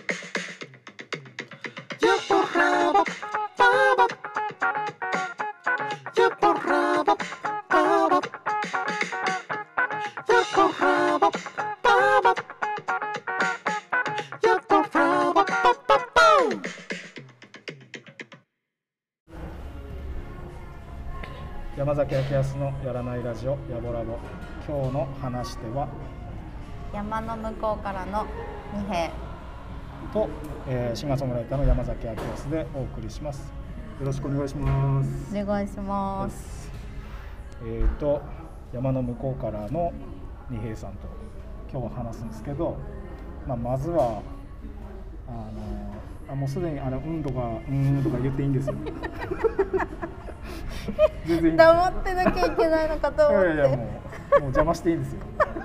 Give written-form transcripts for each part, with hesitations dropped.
山崎明康のやらないラジオやぼラボ。今日の話し手は山の向こうからの二平と、シンガーソングライターの山崎明康でお送りします。よろしくお願いします。 お願いします。 山の向こうからの二平さんと今日は話すんですけど、まずはもうすでにうんとかとか言っていいんですよ。全然黙ってなきゃいけないのかと思って。 いやもう邪魔していいんですよ。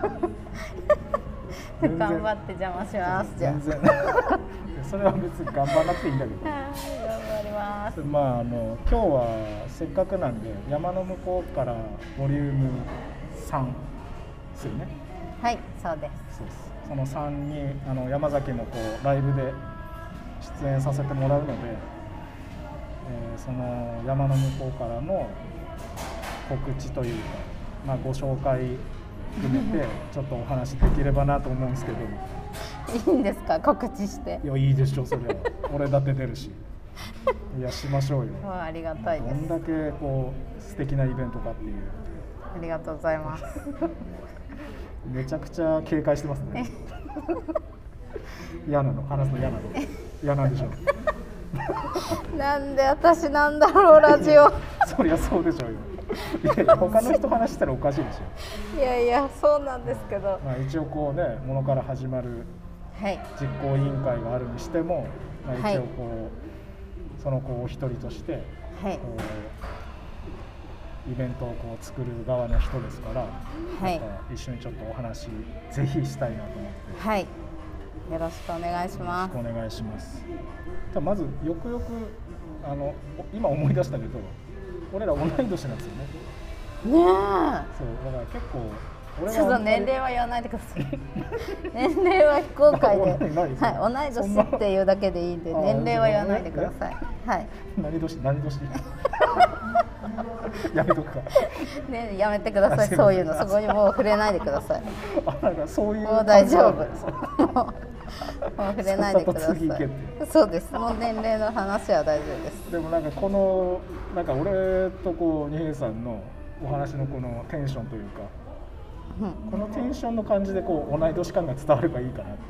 頑張って邪魔します。じゃあ全然それは別に頑張らなくていいんだけど。 頑張ります。 今日はせっかくなんで山の向こうからボリューム3ですよね。 はい、そうです。 そうです。その3に山崎もこうライブで出演させてもらうので。その山の向こうからの告知というか、ご紹介含めてちょっとお話できればなと思うんですけど。 いいんですか、告知して。 いや、いいでしょう、それは。俺だって出るし。いや、しましょうよ。 ありがたいです。 どんだけこう素敵なイベントかっていう。 ありがとうございます。 めちゃくちゃ警戒してますね。嫌なの、話すの嫌なの。嫌なんでしょう。 なんで私なんだろう、ラジオ。 そりゃそうでしょうよ。いや、他の人話したらおかしいでしょ。 いやいや、そうなんですけど。 一応こうね、ものから始まる実行委員会があるにしても、一応こうその子をお一人として、イベントをこう作る側の人ですから、一緒にちょっとお話ぜひしたいなと思って。 はい。よろしくお願いします。 よろしくお願いします。まずよくよく今思い出したけど、俺ら同い年なんですよね。ねえ。そうだから結構俺はちょっと年齢は言わないでください。年齢は非公開で、はい、同い年っていうだけでいいんで年齢は言わないでください。はい。 何年？やめとくか。 ね、やめてください。そういうの、そこにもう触れないでください。 なんかそういう。 もう大丈夫。もう触れないでください。そうです。もう年齢の話は大丈夫です。 でもなんか俺とこう二平さんのお話のこのテンションというか、このテンションの感じでこう同い年感が伝わればいいかなっていう。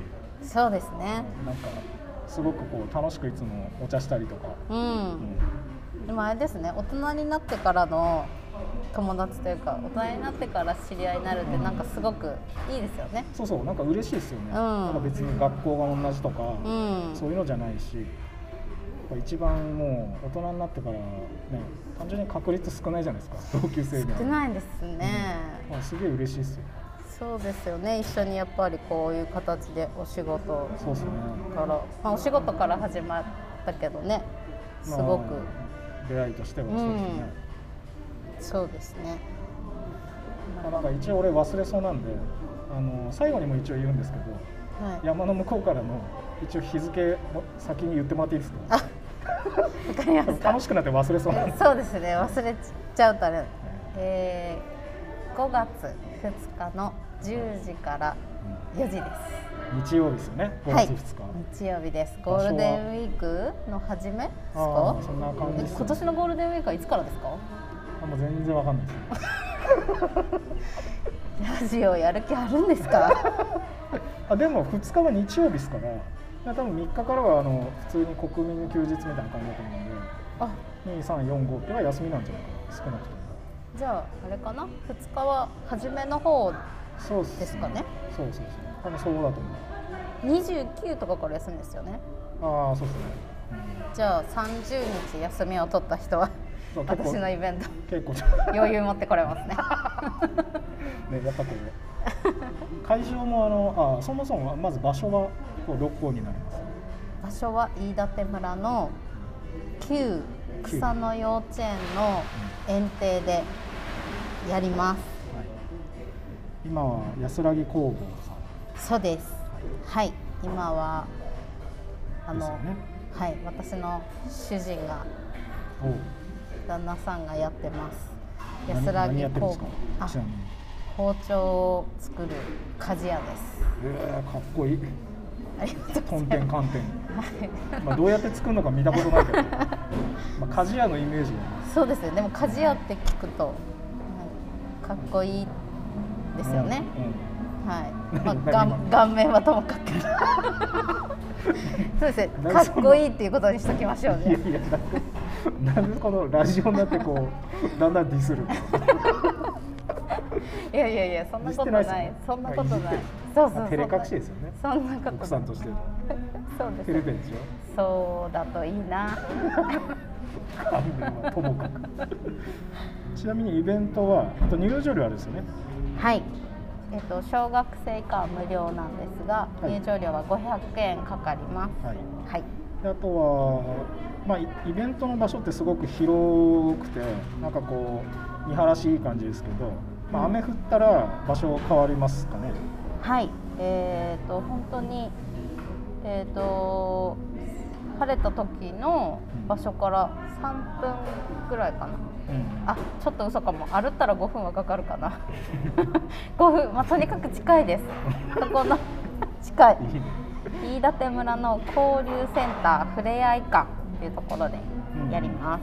そうですね。 なんかすごくこう楽しくいつもお茶したりとか。 でもあれですね、大人になってからの友達というか、大人になってから知り合いになるってなんかすごくいいですよね。 そう、なんか嬉しいですよね。なんか別に学校が同じとか、そういうのじゃないし、一番もう大人になってからね、単純に確率少ないじゃないですか、同級生には。 少ないですね。 すげえ嬉しいですよ。 そうですよね。一緒にやっぱりこういう形でお仕事から、お仕事から始まったけどね、すごく出会いとしてはそうですね。 そうですね。 なんか一応俺忘れそうなんで、最後にも一応言うんですけど、山の向こうからの一応日付を先に言ってもらっていいですか？ わかりました。 楽しくなって忘れそうなんで。 そうですね。忘れちゃうとあれ。5月2日の10時から4時です。 日曜日ですよね。5月2 日。日曜日です。ゴールデンウィークの初めですか？ そんな感じです。 今年のゴールデンウィークはいつからですか？ もう全然わかんないです。 ラジオやる気あるんですか？ でも2日は日曜日ですから、多分3日からは普通に国民休日みたいな感じだと思うんで、2、3、4、5っては休みなんじゃないかな、少なくとも。 じゃああれかな、2日は初めの方ですかね。 そう多分そうだと思う。 29とかから休みですよね。 そうですね。 じゃあ30日休みを取った人は私のイベント結構余裕持ってこれますね。 やっぱこう会場もそもそもまず場所はどこになります？ 場所は飯舘村の旧草の幼稚園の園庭でやります。 今は安らぎ工房さん。 そうです。はい。今はですよね。 はい、私の主人がおう旦那さんがやってます。安何らぎやってるんですか？ あ、 ちなみに。 包丁を作る鍛冶屋です。 かっこいい。 ありがとうトンございます。 テンカンテン。 はいまあどうやって作るのか見たことないけど、まあ鍛冶屋のイメージがそうですね。でも鍛冶屋って聞くと、かっこいいですよね。はい。まあ顔面はともかく。そうですね。かっこいいっていうことにしときましょうね。 いやなんでこのラジオになってこうだんだんディスる。 いやそんなことない。そんなことない。そう。 照れ隠しですよね。 そんなこと。 奥さんとしての。 そうです。 照れてるでしょ。 そうだといいな。 勘弁はともかく。ちなみにイベントは入場料あるんですよね。 はい。小学生以下は無料なんですが、 はい、 入場料は500円かかります。 はい。 はい。 であとは、まあ、イベントの場所ってすごく広くて、なんかこう見晴らしいい感じですけど、まあ、雨降ったら場所変わりますかね。 はい。本当に晴れた時の場所から3分ぐらいかな。あ、ちょっと嘘かも。歩ったら5分はかかるかな。5分、まあ、とにかく近いです。そこの近い飯舘村の交流センターふれあい館っていうところでやります。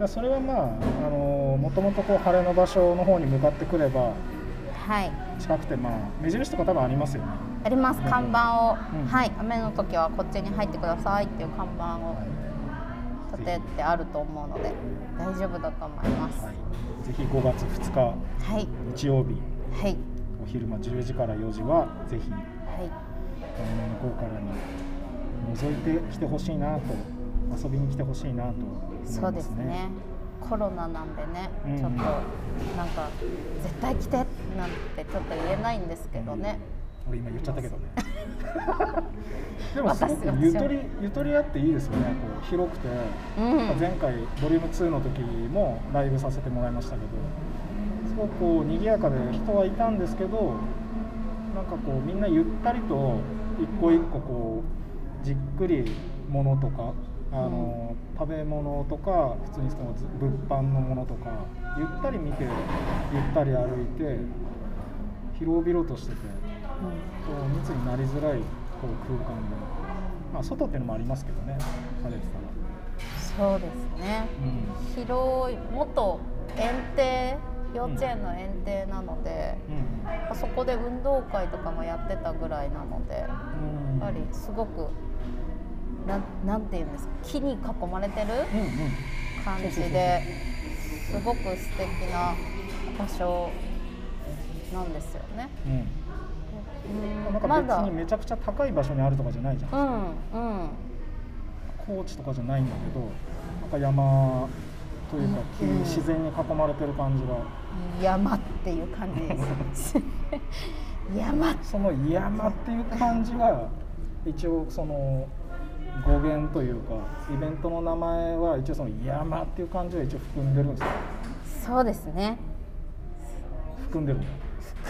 それはまあもともとこう晴れの場所の方に向かってくれば、 はい、 近くて、まあ目印とか多分ありますよね。 あります。看板を、はい、雨の時はこっちに入ってくださいっていう看板を立ててあると思うので大丈夫だと思います。 はい、ぜひ5月2日、 はい、 日曜日、 はい、 お昼間10時から4時はぜひ、 はい、 向こうからに覗いてきてほしいなと、遊びに来てほしいなと思いますね。 そうですね。コロナなんでね、ちょっとなんか絶対来てなんてちょっと言えないんですけどね。 俺今言っちゃったけどね。でもすごくゆとりあっていいですよね。こう広くて、前回ボリューム2の時もライブさせてもらいましたけど、すごくこう賑やかで人はいたんですけど、なんかこうみんなゆったりと一個一個こうじっくりものとか食べ物とか普通にその物販のものとかゆったり見てゆったり歩いて広々としてて、こう密になりづらいこう空間で、まあ、外っていうのもありますけどね、晴れてたら。そうですね、広い元園庭幼稚園の園庭なので、そこで運動会とかもやってたぐらいなので、やっぱりすごくなんていうんですか、木に囲まれてる感じですごく素敵な場所なんですよね。 なんか別にめちゃくちゃ高い場所にあるとかじゃないじゃないですか。高地とかじゃないんだけど、なんか山というか自然に囲まれてる感じが、 山っていう感じです山、 その山っていう感じは一応その語源というかイベントの名前は一応その山っていう感じは一応含んでるんですよ。 そうですね、 含んでるんだ。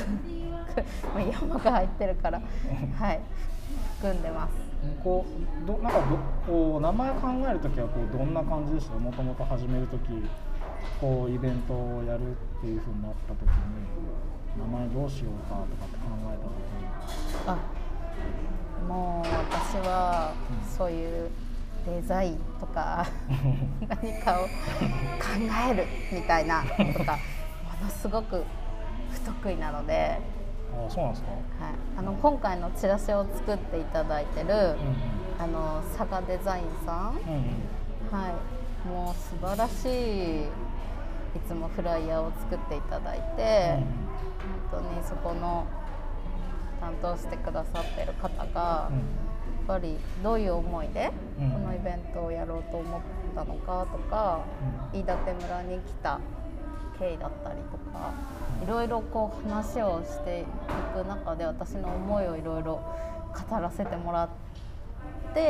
山が入ってるからはい含んでます。 こう名前考えるときはこうどんな感じでした？もともと始めるときこうイベントをやるっていうふうになったときに名前どうしようかとかって考えたときに、 もう私はそういうデザインとか何かを考えるみたいなとかものすごく不得意なので。 あ、そうなんですか。 はい、今回のチラシを作っていただいてる、佐賀デザインさん、はい、もう素晴らしい、いつもフライヤーを作っていただいて、本当にそこの担当してくださってる方が、やっぱりどういう思いでこのイベントをやろうと思ったのかとか、飯舘村に来た経緯だったりとか、いろいろこう話をしていく中で私の思いをいろいろ語らせてもらって、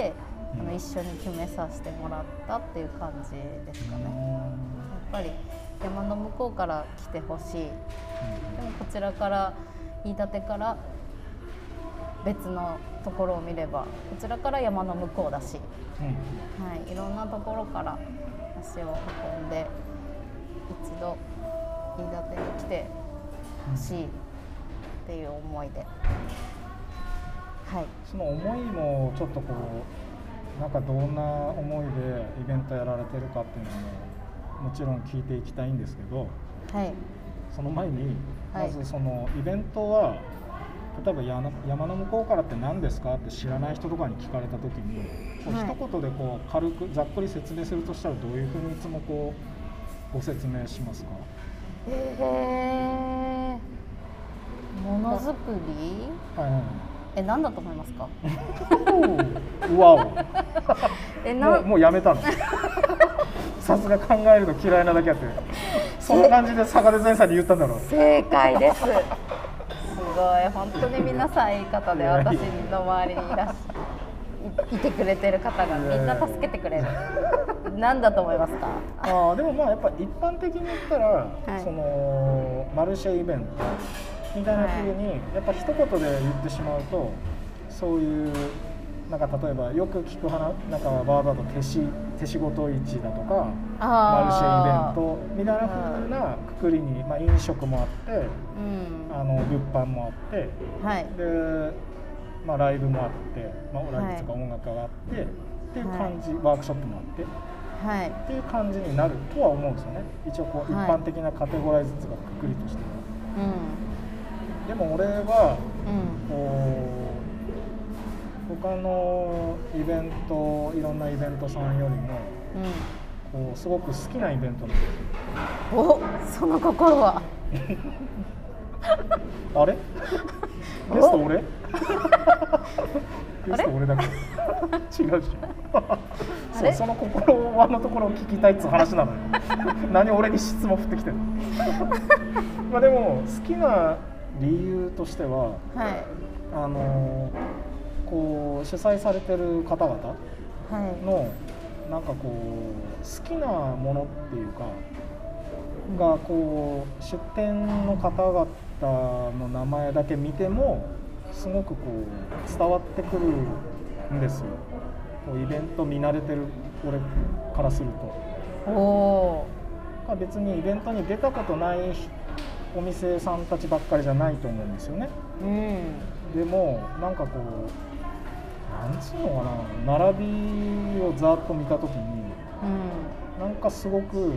一緒に決めさせてもらったっていう感じですかね。やっぱり山の向こうから来てほしい、でもこちらから飯舘から別のところを見ればこちらから山の向こうだし、はい、いろんなところから足を運んで一度飯舘に来てほしいっていう思いで、はい、 その思いもちょっとこうなんかどんな思いでイベントやられてるかっていうのももちろん聞いていきたいんですけど、 はい、 その前にまずそのイベントは例えば山の向こうからって何ですかって知らない人とかに聞かれた時にこう一言でこう軽くざっくり説明するとしたらどういうふうにいつもこうご説明しますか？ ものづくり、はいはい、何だと思いますか？ うわおもうやめたのさすが考えるの嫌いなだけあってそんな感じで坂出前さんに言ったんだろう。 正解です。すごい本当に皆さんいい方で私の周りにいてくれてる方がみんな助けてくれる。何だと思いますか？ でもまあやっぱ一般的に言ったら、はい、そのマルシェイベントみたいな風に、はい、やっぱ一言で言ってしまうとそういうなんか例えばよく聞くなんかワードだと手仕事市だとかマルシェイベントみたいな風なくくりに、まあ、飲食もあって、物販もあって、はい、で、まあ、ライブもあって、まあ、ライブとか音楽があって、っていう感じ、ワークショップもあって、はい、っていう感じになるとは思うんですよね。一応こう一般的なカテゴライズとかくくりとしては。でも俺は、こう他のイベントいろんなイベントさんよりも、こうすごく好きなイベントなんですよ。 お、その心はあれゲスト俺ゲスト俺だけ違うしそうその心はのところを聞きたいっつう話なのよ何俺に質問振ってきてるまあでも好きな理由としては、はい、こう主催されてる方々の、なんかこう好きなものっていうかがこう出店の方々の名前だけ見てもすごくこう伝わってくるんですよ。こうイベント見慣れてる俺からすると。別にイベントに出たことないお店さんたちばっかりじゃないと思うんですよね。でもなんかこうなんつうのかな、並びをざっと見た時に、なんかすごくこ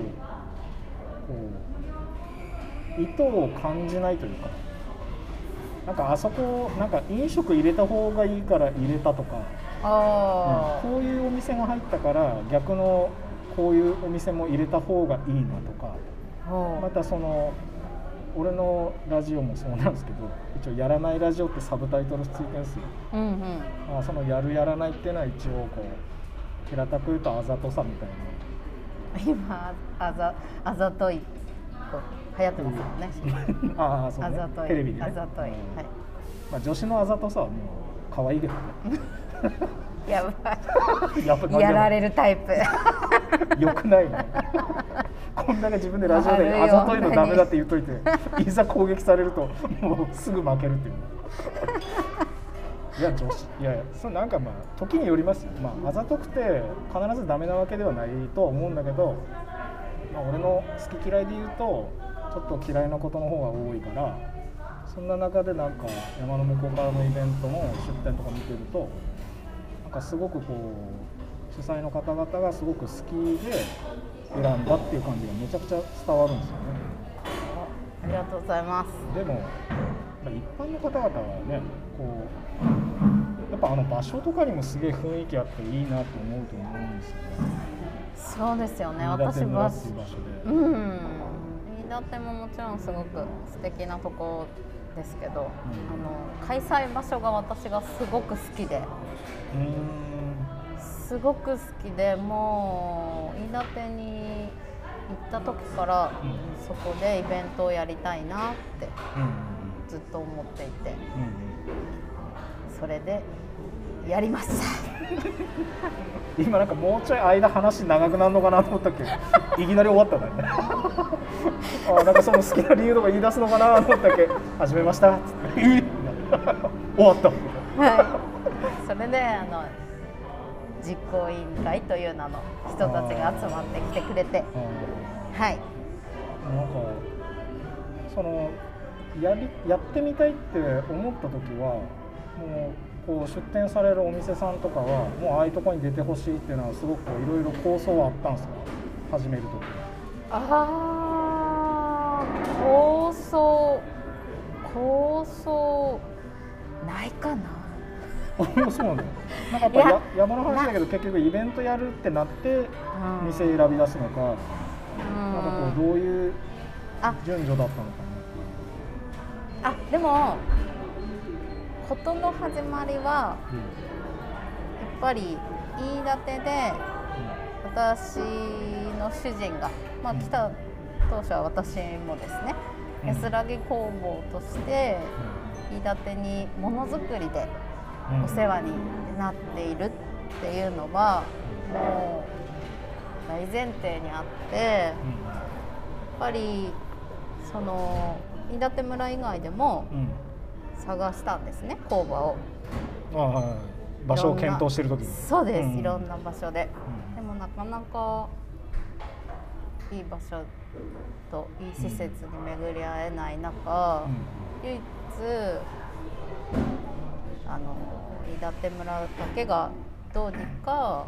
う意図を感じないというか、なんかあそこなんか飲食入れた方がいいから入れたとか、こういうお店が入ったから逆のこういうお店も入れた方がいいなとか、またその俺のラジオもそうなんですけど、一応やらないラジオってサブタイトルついてるんですよ。そのやるやらないっていうのは一応こう平たく言うとあざとさみたいな。 今あざとい流行ってますもんね。 そうね。あざといテレビでね。 あざとい。はい。 まあ女子のあざとさはもう可愛いけどね。 やばい。やられるタイプ。 よくないね。こんだけ自分でラジオであざといのダメだって言っといて、いざ攻撃されるともうすぐ負けるっていう。いや女子、いやそれなんかまあ時によりますよ。まああざとくて必ずダメなわけではないと思うんだけど、まあ、俺の好き嫌いで言うとちょっと嫌いなことの方が多いから、そんな中でなんか山の向こうからのイベントの出店とか見てると、なんかすごくこう主催の方々がすごく好きで選んだっていう感じがめちゃくちゃ伝わるんですよね。 ありがとうございます。 でも一般の方々はね、こうやっぱ場所とかにもすげえ雰囲気あっていいなと思うと思うんですよね。 そうですよね。私は飯舘ももちろんすごく素敵なとこですけど、開催場所が私がすごく好きで、すごく好きで、もう飯舘に行った時から、そこでイベントをやりたいなってずっと思っていて、それでやりました今なんかもうちょい間話長くなるのかなと思ったっけいきなり終わったねなんかその好きな理由とか言い出すのかなと思ったっけ始めましたっつって終わったはい、それで実行委員会という名の人たちが集まってきてくれて、はい、 なんかそのやってみたいって思った時はもうこう出店されるお店さんとかはもうああいうとこに出てほしいっていうのはすごくいろいろ構想はあったんですか、始める時。 構想ないかな。 そうなんだよ。なんかやっぱ山の話だけど結局イベントやるってなって店選び出すのか、なんかこうどういう順序だったのかな。でも事の始まりはやっぱり飯舘で私の主人が、来た当初は私もですね、安らぎ工房として飯舘にものづくりでお世話になっているっていうのはもう大前提にあって、やっぱりその飯舘村以外でも探したんですね、工場を。 場所を検討している時に。 そうです、いろんな場所で。でもなかなかいい場所といい施設に巡り合えない中、唯一飯舘村だけがどうにか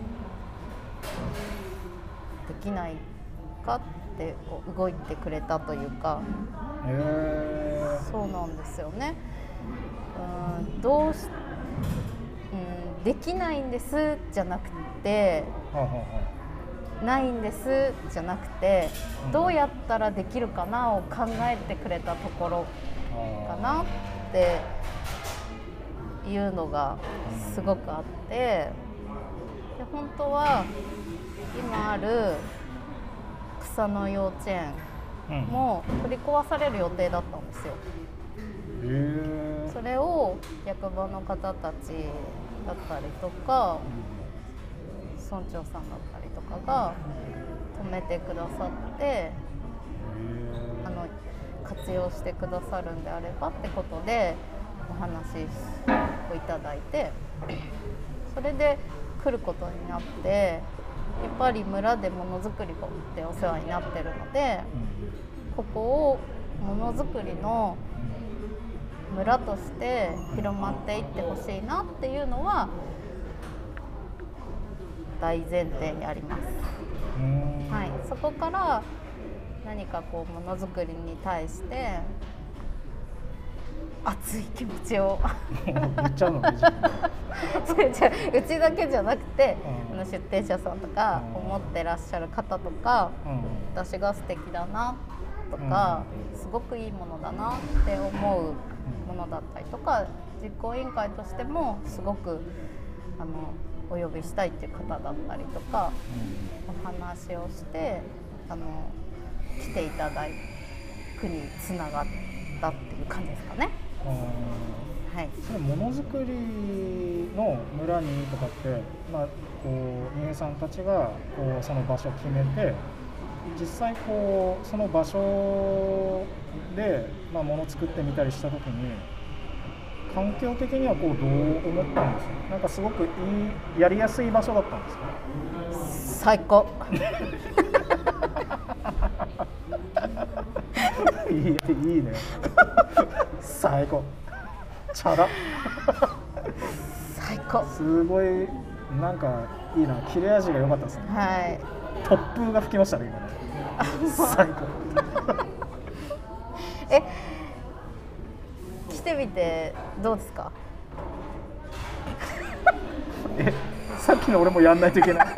できないかってこう動いてくれたというか、そうなんですよね。できないんですじゃなくて、ないんですじゃなくて、どうやったらできるかなを考えてくれたところかなっていうのがすごくあって、で本当は今ある草の幼稚園も取り壊される予定だったんですよ。それを役場の方たちだったりとか村長さんだったりとかが止めてくださって、活用してくださるんであればってことでお話をいただいて、それで来ることになって、やっぱり村でものづくりでお世話になってるので、ここをものづくりの村として広まっていってほしいなっていうのは大前提にあります。はい、そこから何かこうものづくりに対して熱い気持ちを言っちゃうのねうちだけじゃなくて、出店者さんとか思ってらっしゃる方とか、私が素敵だなとか、すごくいいものだなって思うものだったりとか、実行委員会としてもすごくお呼びしたいっていう方だったりとか、お話をして来ていただくにつながったっていう感じですかね。はい、 そのものづくりの村にとかって、こう三重さんたちがこうその場所を決めて、実際こうその場所でものを作ってみたりしたときに環境的にはこうどう思ったんですか？なんかすごくいいやりやすい場所だったんですか？ 最高いいね最高チャラ最高、 すごいなんかいいな、切れ味が良かったですね。 はい、 突風が吹きましたね今ね最高来てみてどうですか？ さっきの俺もやんないといけない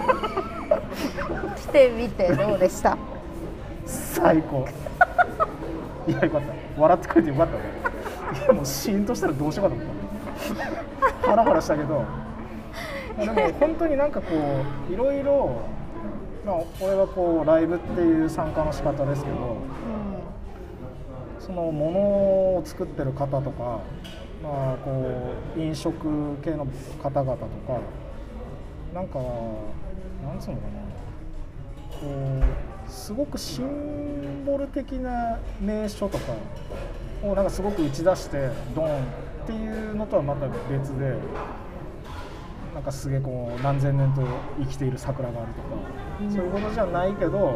来てみてどうでした？ 最高いやよかった、笑ってくれてよかったね。いやもうシーンとしたらどうしようかと思ったハラハラしたけど、でも本当になんかこういろいろ、俺はこうライブっていう参加の仕方ですけど、そのものを作ってる方とか、こう飲食系の方々とか、なんかなんつうのかな、こうすごくシンボル的な名所とかをなんかすごく打ち出してドンっていうのとはまた別で、なんかすげえこう何千年と生きている桜があるとか、そういうことじゃないけど、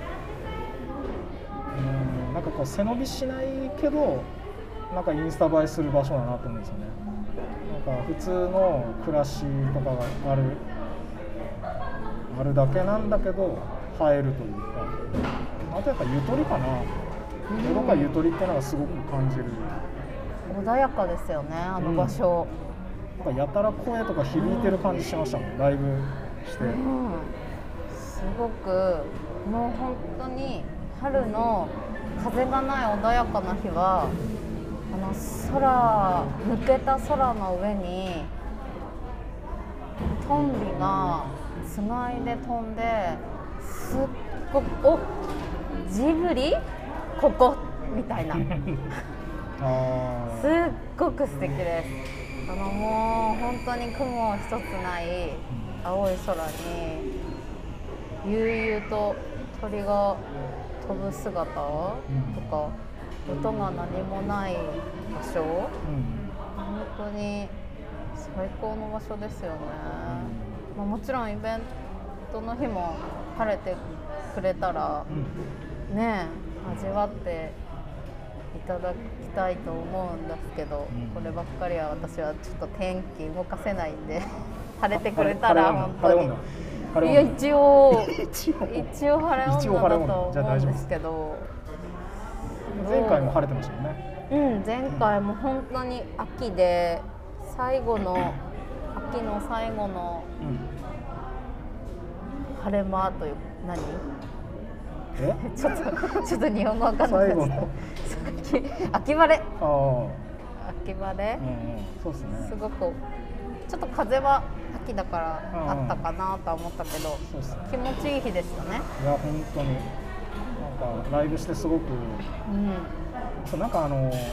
なんかこう背伸びしないけどなんかインスタ映えする場所だなと思うんですよね。なんか普通の暮らしとかがあるだけなんだけど映えるというか、あとやっぱゆとりかな。どこかゆとりっていうのがすごく感じる。 穏やかですよね、あの場所。 なんかやたら声とか響いてる感じしましたもん、ライブして。 すごくもう本当に春の風がない穏やかな日は、抜けた空の上にトンビがつがいで飛んで、すっごくジブリここみたいなすっごく素敵です。もう本当に雲一つない青い空に悠々と鳥が飛ぶ姿とか、音が何もない場所、本当に最高の場所ですよね。もちろんイベントの日も晴れてくれたらね、味わっていただきたいと思うんですけど、こればっかりは私はちょっと天気動かせないんで晴れてくれたら本当に、いや一応晴れ女だと思うんですけど、 前回も晴れてましたよね。 前回も本当に秋で秋の最後の晴れ間という何ちょっと日本語わかんないです秋晴れ。秋晴れ、 そうですね。 すごくちょっと風は秋だからあったかなとは思ったけど、気持ちいい日でしたね。 いや本当になんかライブしてすごく、なんか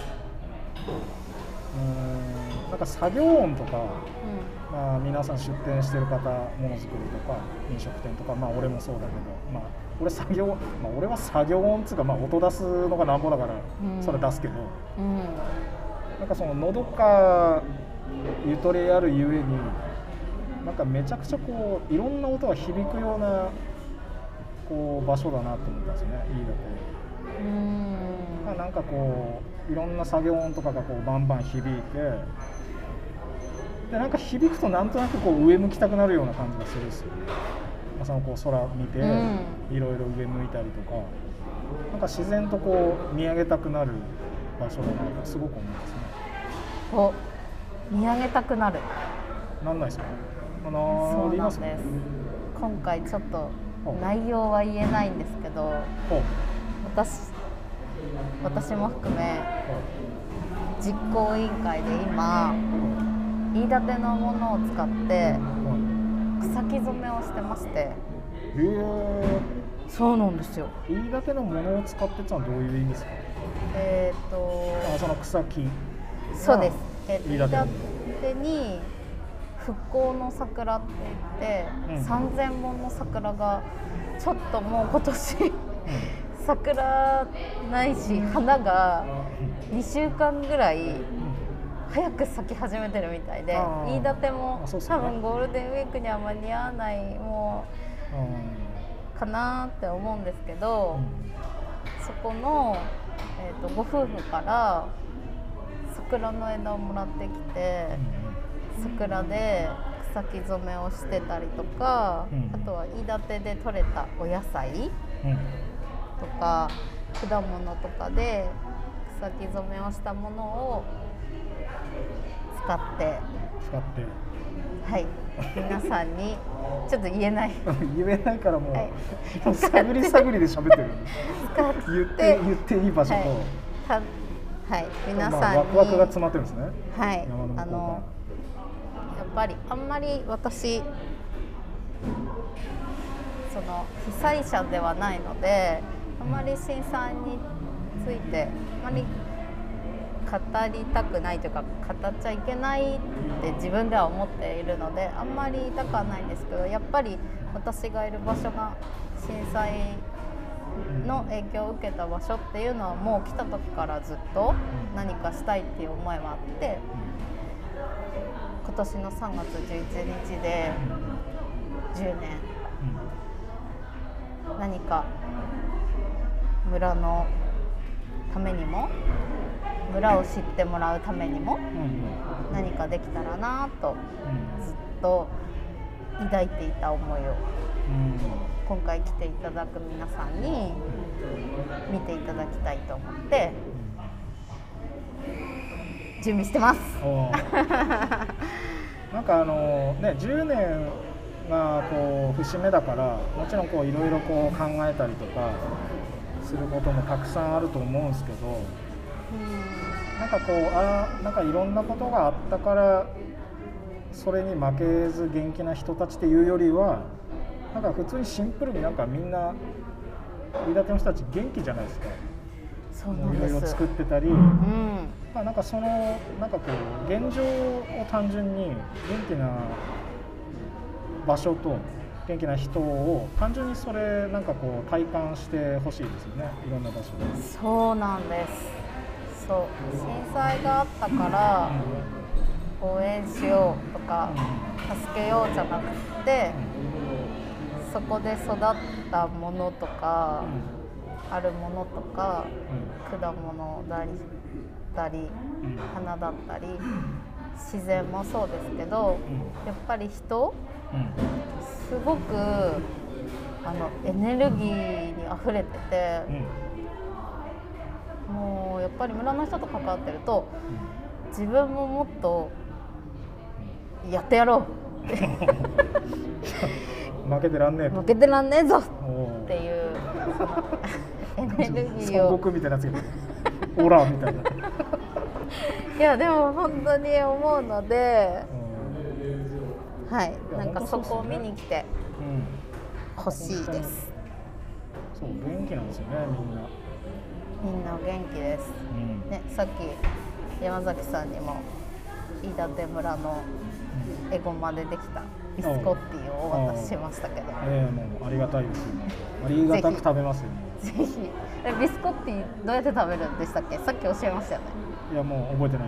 なんか作業音とか、皆さん出店してる方、ものづくりとか飲食店とか、俺もそうだけど、俺は作業音つうか、音出すのがなんぼだから、それ出すけど、なんかそののどかゆとりあるゆえに、なんかめちゃくちゃこういろんな音が響くようなこう場所だなと思ったんですよね、飯田で。なんかこういろんな作業音とかがこうバンバン響いて、でなんか響くとなんとなくこう上向きたくなるような感じがするんですよ。そのこう空見て、いろいろ上向いたりとか、なんか自然とこう見上げたくなる場所だなとすごく思いますね。 見上げたくなる。 なんないですか？ そうなんです。今回ちょっと内容は言えないんですけど、私も含め実行委員会で今飯舘のものを使って草木染めをしてまして。そうなんですよ。 飯舘のものを使ってってのはどういう意味ですか？その草木。 そうです。飯舘に復興の桜って言って、3000本の桜がちょっともう今年桜ないし花が2週間ぐらい早く咲き始めてるみたいで、飯舘も多分ゴールデンウィークには間に合わないもうかなって思うんですけど、そこの、ご夫婦から桜の枝をもらってきて、桜で草木染めをしてたりとか、あとは飯舘で採れたお野菜とか、果物とかで草木染めをしたものを使ってはい、皆さんにちょっと言えないからもう、探り探りで喋ってる言っていい場所と、 皆さんにワクワクが詰まってるんですね。 やっぱりあんまり私その被災者ではないので、あまり震災についてあまり語りたくないというか、語っちゃいけないって自分では思っているので、あんまり言いたくはないんですけど、やっぱり私がいる場所が震災の影響を受けた場所っていうのはもう来た時からずっと何かしたいっていう思いはあって、今年の3月11日で10年、何か村のためにも村を知ってもらうためにも何かできたらなとずっと抱いていた思いを今回来ていただく皆さんに見ていただきたいと思って準備してますなんかね、10年がこう節目だから、もちろんこういろいろこう考えたりとかすることもたくさんあると思うんですけど、なんかこうなんかいろんなことがあったからそれに負けず元気な人たちっていうよりは、なんか普通にシンプルになんかみんな飯舘の人たち元気じゃないですか。 そうなんです。 いろいろ作ってたり、まあなんかそのなんかこう現状を単純に元気な場所と元気な人を単純にそれなんかこう体感してほしいですよね、いろんな場所で。 そうなんです。そう、震災があったから応援しようとか助けようじゃなくて、そこで育ったものとか、あるものとか、果物だり花だったり自然もそうですけど、やっぱり人、すごくエネルギーにあふれてて、もうやっぱり村の人と関わってると、自分ももっとやってやろうって負けてらんねえぞっていうエネルギーを孫悟空みたいなやつがオラみたいないやでも本当に思うので、はい、なんかそこを見に来てほしいです。 そう、元気なんですよね、 みんな元気です、ね、さっき山崎さんにも飯舘村のエゴマでできたビスコッティをお渡ししましたけど、 もうありがたいですよね。ありがたく食べますよね。 ぜひビスコッティどうやって食べるんでしたっけ？さっき教えましたよね。 いやもう覚えてない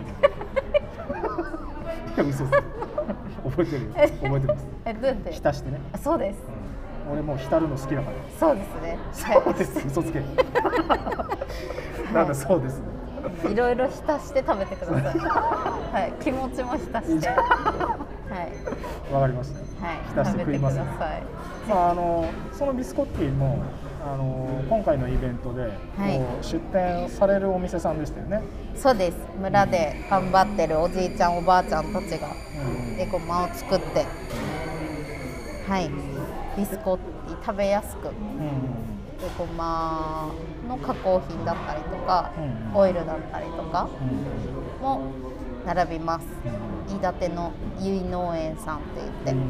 けどいや嘘です覚えてるよ、覚えてます。 どうやって浸してね。 そうです、 俺もう浸るの好きだから。 そうですね。 そうです、嘘つけなんだそうですね。 いろいろ浸して食べてくださいはい、気持ちも浸してはいわかりました、 はい、 浸して食います、まあ、そのビスコッティも今回のイベントで、こう出店されるお店さんでしたよね。 そうです。村で頑張ってるおじいちゃんおばあちゃんたちがエゴマを作って、はい、ビスコッティ食べやすく、エゴマの加工品だったりとか、オイルだったりとかも並びます。飯舘のゆい農園さんって言って、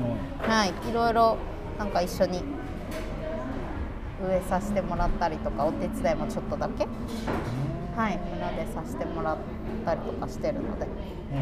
はい、いろいろなんか一緒に植えさせてもらったりとか、お手伝いもちょっとだけ、はい、村でさせてもらったりとかしてるので、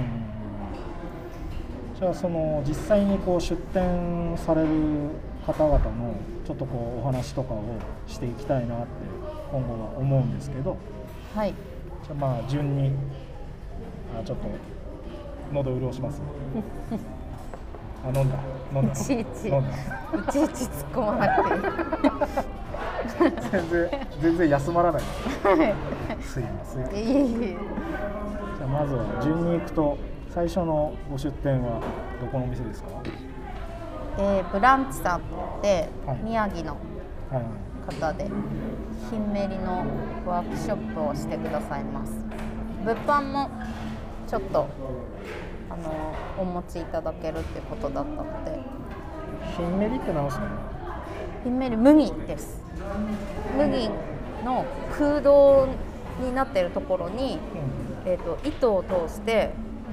じゃあその実際にこう出店される方々のちょっとこうお話とかをしていきたいなって今後は思うんですけど、 はい、 じゃあまあ順にちょっと喉潤します飲んだいちいち突っ込まなくていい全然休まらないすいません。じゃあまずは順に行くと、最初のご出店はどこのお店ですか？ ブランチさんって宮城の方でヒンメリのワークショップをしてくださいます。物販もちょっとお持ちいただけるってことだったので。 ヒンメリって何ですかね？ ヒンメリ麦です。麦の空洞になっているところに、糸を通して、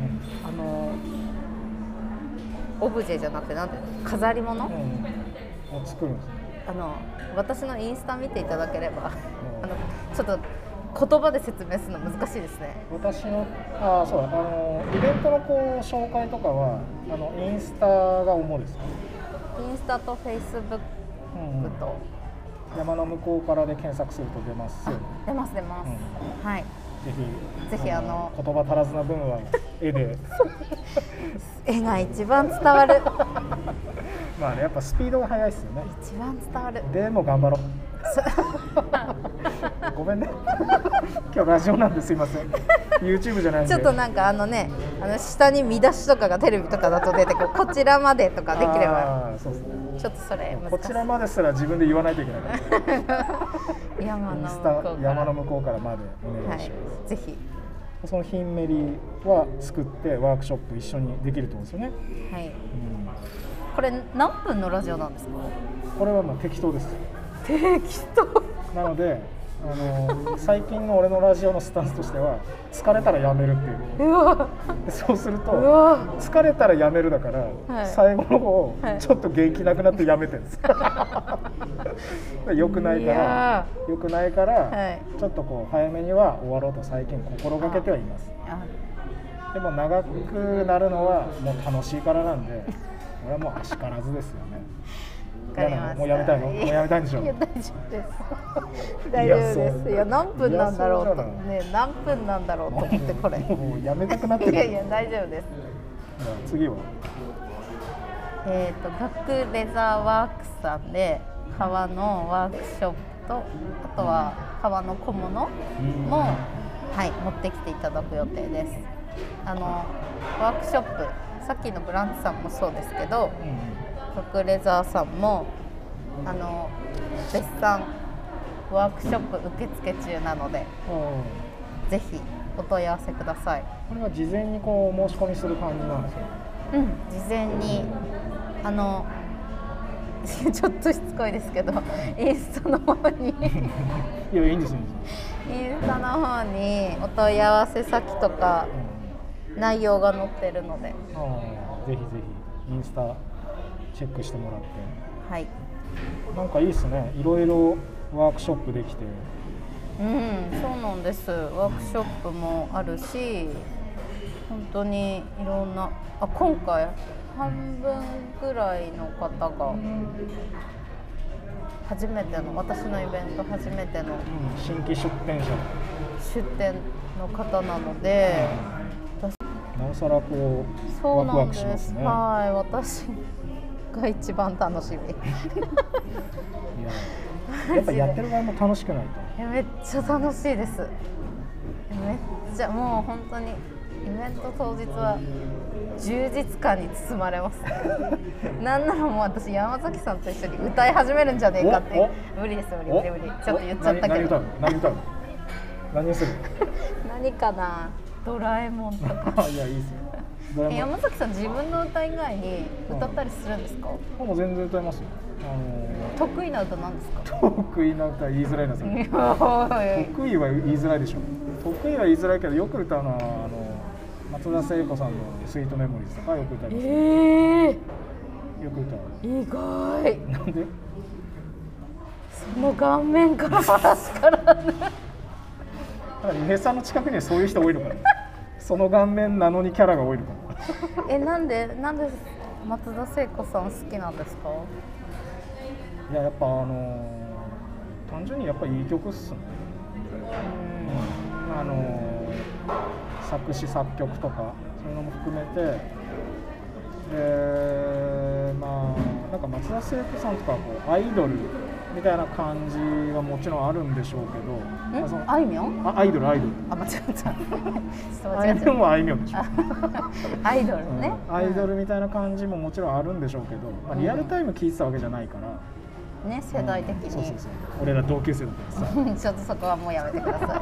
オブジェじゃなくてなんていうの、飾り物、 を作るんですね。 私のインスタ見ていただければちょっと言葉で説明するの難しいですね。 私のそうだ、イベントのこう紹介とかはインスタが主ですか？ インスタとフェイスブックと、 山の向こうからで検索すると出ます。 出ます、はい。ぜひ言葉足らずな分は絵で絵が一番伝わる。 まあね、やっぱスピードが速いですよね。 一番伝わる。 でも頑張ろう。ごめんね。今日ラジオなんですいません。YouTube じゃないんで。 ちょっとなんか下に見出しとかがテレビとかだと出てくるこちらまでとかできれば。 そうですね。 ちょっとそれ難しい。 こちらまですら自分で言わないといけない。 山の向こうからまでお願いします。 ぜひ。 そのヒンメリは作ってワークショップ一緒にできると思うんですよね。 はい。これ何分のラジオなんですか？ これはもう適当です。 適当。 なので最近の俺のラジオのスタンスとしては疲れたらやめるっていう。そうすると疲れたらやめるだから、最後の方ちょっと元気なくなってやめてるんです。よくないからちょっとこう早めには終わろうと最近心がけてはいます。でも長くなるのはもう楽しいからなんで、これはもうあしからずですよね。もうやめたいの？もうやめたいんでしょ？いや大丈夫です。 大丈夫です。いや何分なんだろうとね、何分なんだろうと思ってこれ。 もうやめたくなってる。 いや大丈夫です。 次は？ 学レザーワークスさんで革のワークショップとあとは革の小物も持ってきていただく予定です。ワークショップ、さっきのブランチさんもそうですけど。学レザーさんも絶賛ワークショップ受付中なので、ぜひお問い合わせください。 これは事前にこう申し込みする感じなんですか？ 事前にちょっとしつこいですけどインスタの方にいやいいんですよ。 インスタの方にお問い合わせ先とか内容が載ってるので、 ぜひぜひインスタチェックしてもらって。 はい。 なんかいいですね。いろいろワークショップできて。 そうなんです。ワークショップもあるし、本当にいろんな。今回半分ぐらいの方が初めての私のイベント初めての新規出店の方なので、 なおさらこうワクワクしますね。 はい、私が一番楽しみ。 やっぱやってる側も楽しくないと。 めっちゃ楽しいです。めっちゃもう本当にイベント当日は充実感に包まれます。なんならもう私山崎さんと一緒に歌い始めるんじゃねえかって。無理です無理。ちょっと言っちゃったけど。 何歌う？何する？ 何かな。ドラえもんとか。 いやいいですよ。 山崎さん自分の歌以外に歌ったりするんですか？ もう全然歌いますよ。 得意な歌なんですか？ 得意な歌言いづらいなそれ。得意は言いづらいでしょ。得意は言いづらいけどよく歌うのは松田聖子さんのスイートメモリーズとかよく歌います。よく歌う。 意外。 なんで？ その顔面から話からね。 伊根さんの近くにはそういう人多いのかな。その顔面なのにキャラが多いのかな。 なんで松田聖子さん好きなんですか？ いややっぱ単純にやっぱいい曲っすね。作詞作曲とかそういうのも含めて、なんか松田聖子さんとかはこうアイドルみたいな感じはもちろんあるんでしょうけど、 あいみょん？ アイドル。間違えた。 あいみょんはあいみょんでしょ。 アイドルね。 アイドルみたいな感じももちろんあるんでしょうけど、リアルタイム聴いてたわけじゃないから。 ね、世代的に。 そう俺ら同級生だからさ。 ちょっとそこはもうやめてください。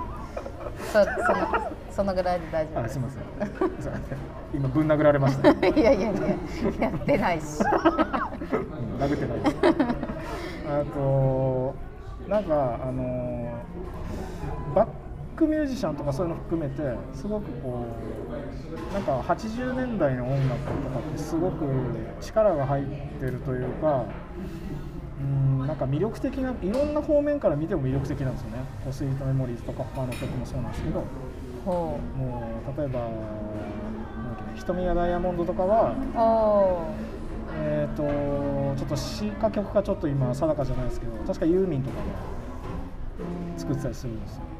そのぐらいで大丈夫です。 すみません。今ぶん殴られました。 いややってないし。 殴ってないです。なんかバックミュージシャンとかそういうの含めてすごくこうなんか80年代の音楽とかってすごく力が入ってるというか。なんか魅力的な、いろんな方面から見ても魅力的なんですよね。スイートメモリーズとか他の曲もそうなんですけど、もう例えば瞳やダイヤモンドとかはちょっとと詩か曲かちょっと今定かじゃないですけど、確かユーミンとかが作ってたりするんですよ。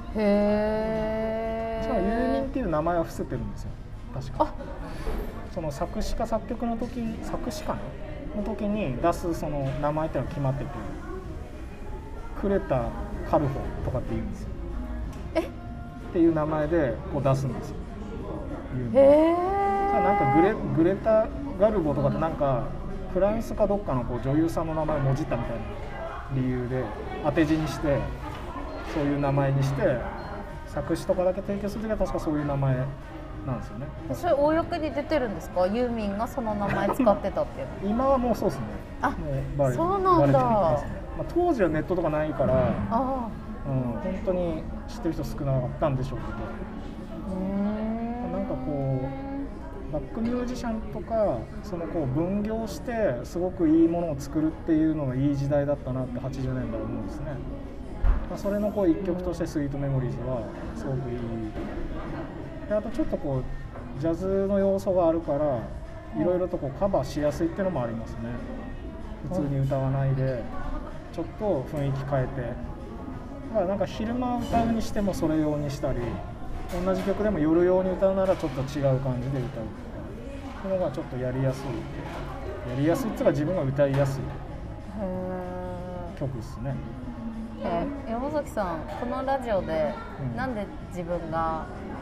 へえ。 しかもユーミンっていう名前は伏せてるんですよ、確か。その作詞か作曲の時、作詞かなの時に出すその名前っていうのが決まってて、クレタ・カルホとかって言うんですよ。っていう名前でこう出すんですよ。 へえ。 なんかグレタ・ガルボとかってなんかフランスかどっかのこう女優さんの名前をもじったみたいな理由で当て字にしてそういう名前にして作詞とかだけ提供するときは確かそういう名前なんですよね。 それ公に出てるんですか？ユーミンがその名前使ってたっていう。 今はもうそうですね。もうそうなんだ。 まあ、当時はネットとかないから、本当に知ってる人少なかったんでしょうけど、なんかこうバックミュージシャンとかそのこう分業してすごくいいものを作るっていうのがいい時代だったなって80年代思うんですね。それのこう一曲としてスイートメモリーズはすごくいい。であとちょっとこうジャズの要素があるからいろいろとこうカバーしやすいっていうのもありますね。普通に歌わないでちょっと雰囲気変えて、だからなんか昼間歌うにしてもそれ用にしたり、同じ曲でも夜用に歌うならちょっと違う感じで歌うとかっていうのがちょっとやりやすいっていうか自分が歌いやすい曲ですね。 山崎さん、このラジオでなんで自分が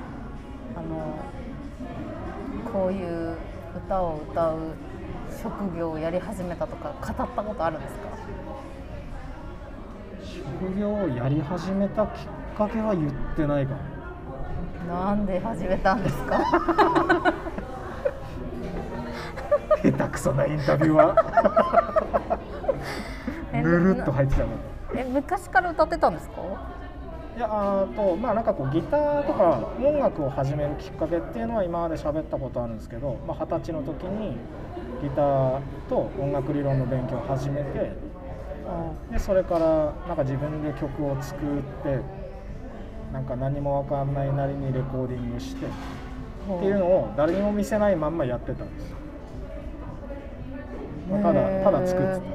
こういう歌を歌う職業をやり始めたとか語ったことあるんですか？ 職業をやり始めたきっかけは言ってないかな。なんで始めたんですか？ 下手くそなインタビューはぬるっと入ってたの。 昔から歌ってたんですか？ いやまあなんかこうギターとか音楽を始めるきっかけっていうのは今まで喋ったことあるんですけど、20歳の時にギターと音楽理論の勉強を始めて、でそれからなんか自分で曲を作ってなんか何も分かんないなりにレコーディングしてっていうのを誰にも見せないまんまやってたんですよ。ただ作って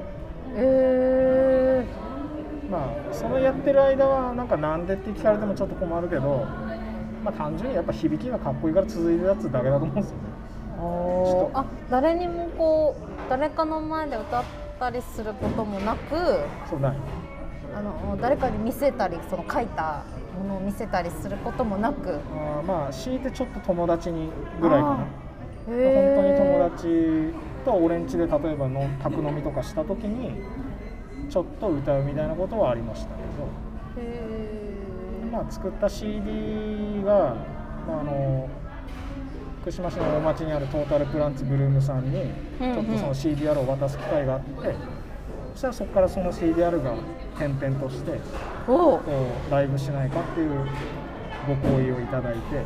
た。そのやってる間はなんでって聞かれてもちょっと困るけど、単純にやっぱ響きがかっこいいから続いてるやつだけだと思うんですよね。 誰にもこう誰かの前で歌ったりすることもなく、 そうない。 誰かに見せたりその書いたものを見せたりすることもなく、 強いてちょっと友達にぐらいかな。本当に友達と俺ん家で例えば宅飲みとかした時にちょっと歌うみたいなことはありましたけど、作った CD が、福島市の大町にあるトータルプランツブルームさんにちょっとその CDR を渡す機会があって、そしたらそこからその CDR が転々としてこうライブしないかっていうご好意をいただいて、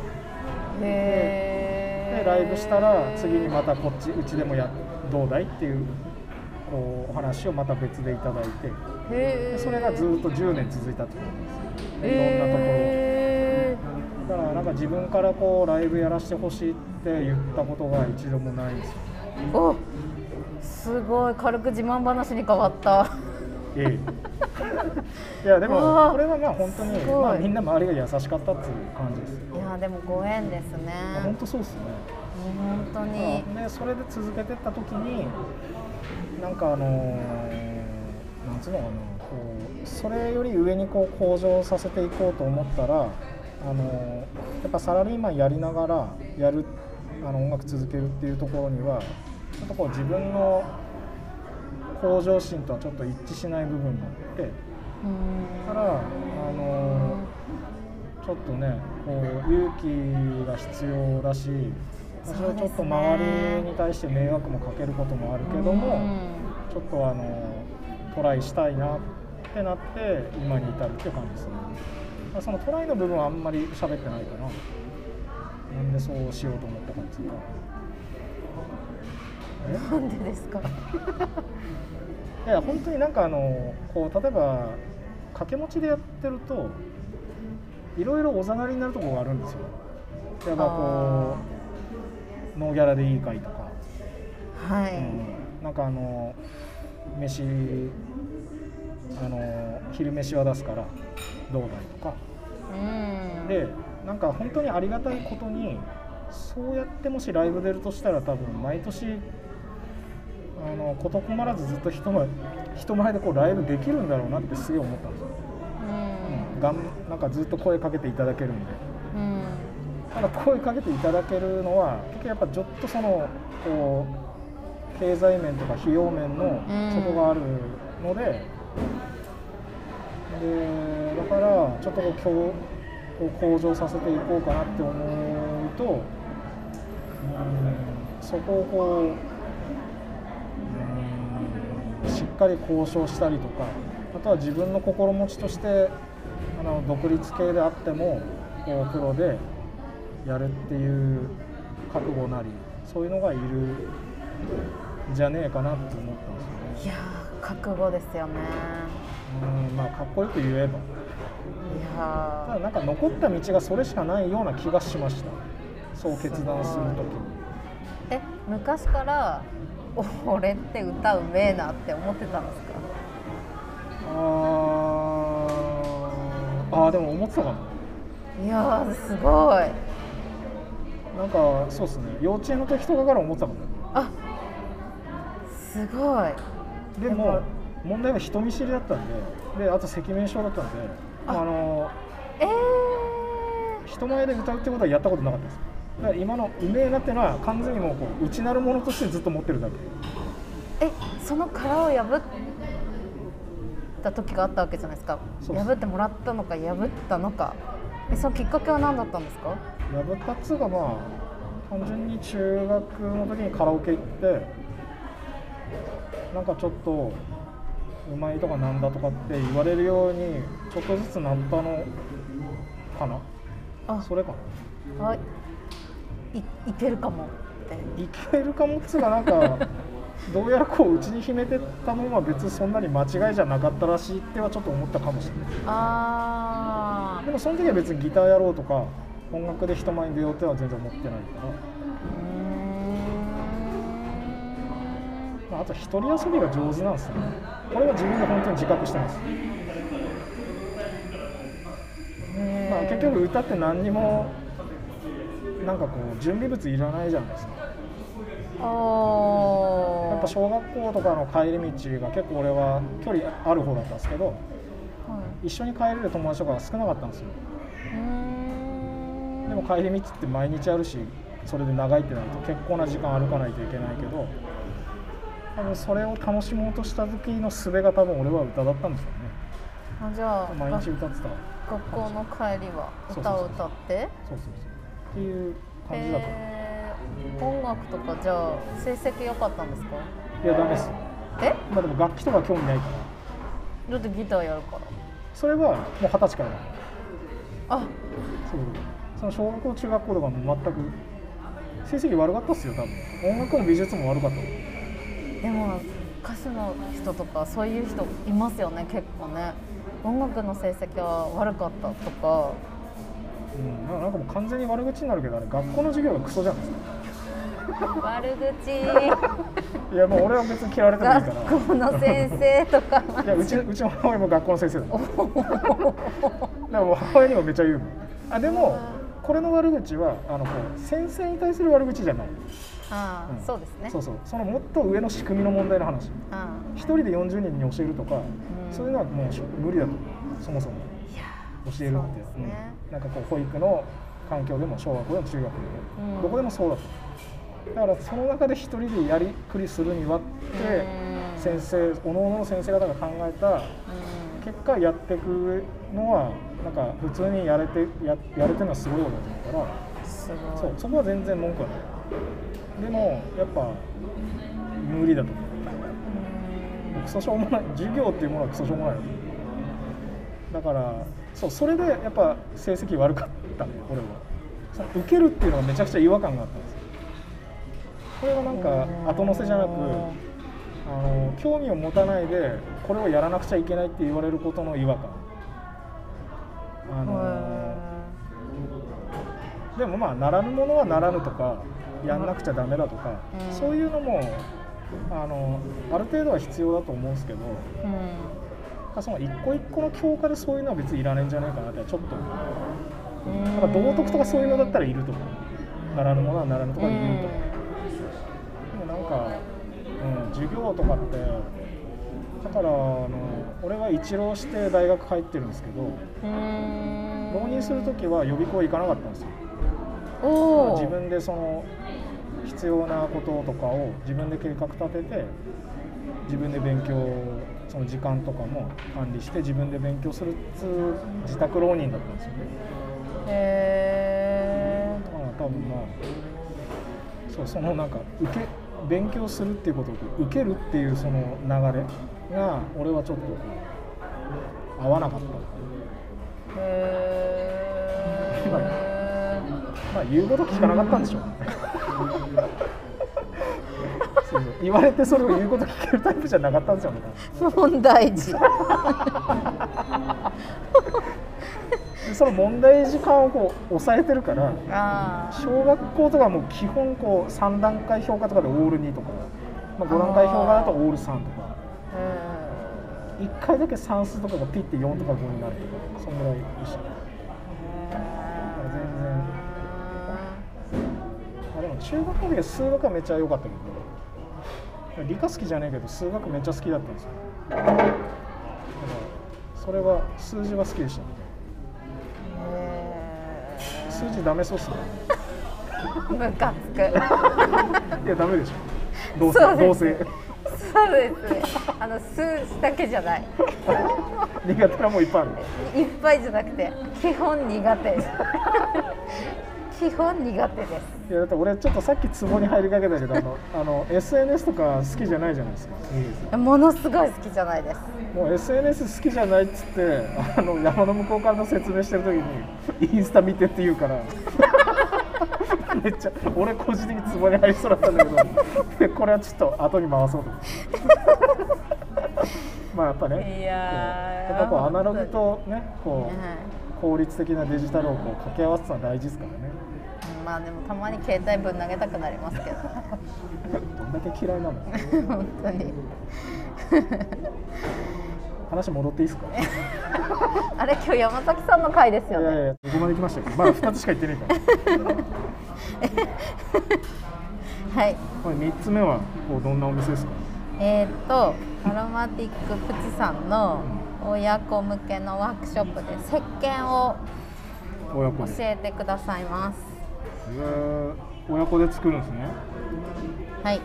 でライブしたら次にまたうちでもどうだいっていうお話をまた別でいただいて、でそれがずっと10年続いたってことです。いろんなところだから自分からこうライブやらせてほしいって言ったことが一度もないですよ。 すごい軽く自慢話に変わった。 いやでもこれは本当にみんな周りが優しかったっていう感じです。 いやでもご縁ですね。 本当そうですね。 本当に。 でそれで続けてった時になんつうのかな、それより上にこう向上させていこうと思ったらやっぱサラリーマンやりながらやる音楽続けるっていうところにはちょっとこう自分の向上心とはちょっと一致しない部分があって、だからちょっとねこう勇気が必要だし、それはちょっと周りに対して迷惑もかけることもあるけども、ちょっとトライしたいなってなって今に至るっていう感じですね。そのトライの部分はあんまり喋ってないかな。なんでそうしようと思ったかっていうか。 なんでですか？ いや本当にこう例えば掛け持ちでやってるといろいろおざなりになるところがあるんですよ。やっぱこうノーギャラでいいかいとか、 飯昼飯は出すからどうだいとか、でなんか本当にありがたいことにそうやってもしライブ出るとしたら多分毎年事困らずずっと人前でこうライブできるんだろうなってすげえ思ったんですよ。なんかずっと声かけていただけるんで、ただ声かけていただけるのは結局やっぱちょっとこう経済面とか費用面のそこがあるので、だからちょっとこう向上させていこうかなって思うと、そこをこうしっかり交渉したりとか、あとは自分の心持ちとして独立系であってもこうプロでやるっていう覚悟なりそういうのがいるんじゃねえかなって思ったんですよね。 いやー覚悟ですよね。 まあかっこよく言えば、ただなんか残った道がそれしかないような気がしました。そう決断するときに。 昔から俺って歌うめえなって思ってたんですか？ でも思ってたかも。 いやーすごい。 なんかそうですね、幼稚園の時とかから思ってたかも。すごい。でも問題は人見知りだったんで、あと赤面症だったんで、人前で歌うってことはやったことなかったです。だから今のうめえなってのは完全にもう内なるものとしてずっと持ってるだけ。 その殻を破った時があったわけじゃないですか。破ってもらったのか破ったのか、そのきっかけは何だったんですか？ 破ったっつうか、単純に中学の時にカラオケ行ってなんかちょっとうまいとかなんだとかって言われるようにちょっとずつなったのかな。それかな。 いけるかもって。いけるかもっつうか、なんかどうやらこう内に秘めてたのは別にそんなに間違いじゃなかったらしいってはちょっと思ったかもしれない。でもその時は別にギターやろうとか音楽で人前に出ようっては全然思ってないから。あと一人遊びが上手なんですね。これは自分で本当に自覚してます。結局歌って何にもなんかこう準備物いらないじゃないですか。やっぱ小学校とかの帰り道が結構俺は距離ある方だったんですけど、一緒に帰れる友達とかが少なかったんですよ。でも帰り道って毎日あるし、それで長いってなると結構な時間歩かないといけないけど、多分それを楽しもうとした時の術が多分俺は歌だったんですよね。 じゃあ毎日歌ってた。 学校の帰りは歌を歌って？ そうっていう感じだった。 音楽とかじゃあ成績良かったんですか？ いやダメです。でも楽器とか興味ないから。 だってギターやるから。 それはもう20歳からだ。その小学校中学校とかも全く成績悪かったっすよ。多分音楽も美術も悪かった。 でも歌手の人とかそういう人いますよね、結構ね。音楽の成績は悪かったとか、 なんかもう完全に悪口になるけど、学校の授業がクソじゃないですか。 悪口いやもう俺は別に嫌われてもいいから。 学校の先生とかいやうちの母親も学校の先生だ。だからもう母親にもめっちゃ言うの。でもこれの悪口はこう先生に対する悪口じゃない。 そうですね。 そのもっと上の仕組みの問題の話。一人で40人に教えるとか、そういうのはもう無理だと思う。そもそも教えるって、なんかこう保育の環境でも小学校でも中学でも、どこでもそうだと。だからその中で一人でやりくりするにはって先生、各々の先生方が考えた結果やっていくのはなんか普通にやれてるのはすごいことだと思うから、そこは全然文句はない。でもやっぱ無理だと思う。クソしょうもない、授業っていうものはクソしょうもないだから、それでやっぱ成績悪かったね。俺は受けるっていうのはめちゃくちゃ違和感があったんですよ。これはなんか後乗せじゃなく、興味を持たないでこれをやらなくちゃいけないって言われることの違和感。でもならぬものはならぬとか、やんなくちゃダメだとか、そういうのもある程度は必要だと思うんですけど、その一個一個の教科でそういうのは別にいらないんじゃないかなってちょっとなんか道徳とかそういうのだったらいると思う。習うものは習うとかいると思う。でもなんか、授業とかってだから俺は一浪して大学入ってるんですけど、浪人するときは予備校行かなかったんですよ。自分でその必要なこととかを自分で計画立てて自分で勉強その時間とかも管理して自分で勉強するっていう自宅浪人だったんですよね。多分そのなんか勉強するっていうことを受けるっていうその流れが俺はちょっと合わなかった。言うこと聞かなかったんでしょうね。そう言われてそれを言うこと聞けるタイプじゃなかったんですよね。 問題児。 その問題時間をこう抑えてるから小学校とかも基本こう3段階評価とかでオール2とか、5段階評価だとオール3とか1回だけ算数とかがピッて4とか5になるとかそんぐらいでした。全然でも中学校の時は数学はめっちゃ良かったけど理科好きじゃないけど数学めっちゃ好きだったんですよ。だからそれは数字は好きでした。数字ダメそうっすね。 ムカつく。いやダメでしょ。どうせ。 そうですね。数字だけじゃない。 苦手なもんいっぱいある。いっぱいじゃなくて基本苦手。基本苦手です。 いやだって俺ちょっとさっきツボに入りかけたけどSNS とか好きじゃないじゃないですか。 ものすごい好きじゃないです。 もう SNS 好きじゃないっつって山の向こうからの説明してる時にインスタ見てって言うからめっちゃ俺個人的にツボに入りそうだったんだけどこれはちょっと後に回そうと思ってやっぱねやっぱこうアナログとねこう効率的なデジタルをこう掛け合わせるのは大事ですからね。 でもたまに携帯ぶん投げたくなりますけどどんだけ嫌いなの本当に話戻っていいですかあれ今日山崎さんの回ですよね。 いやどこまで行きましたっけ。まだ2つしか言ってないからはいこれ3つ目はこうどんなお店ですか。 アロマティックプチさんの親子向けのワークショップで石鹸を教えてくださいます。 親子で作るんですね。 はい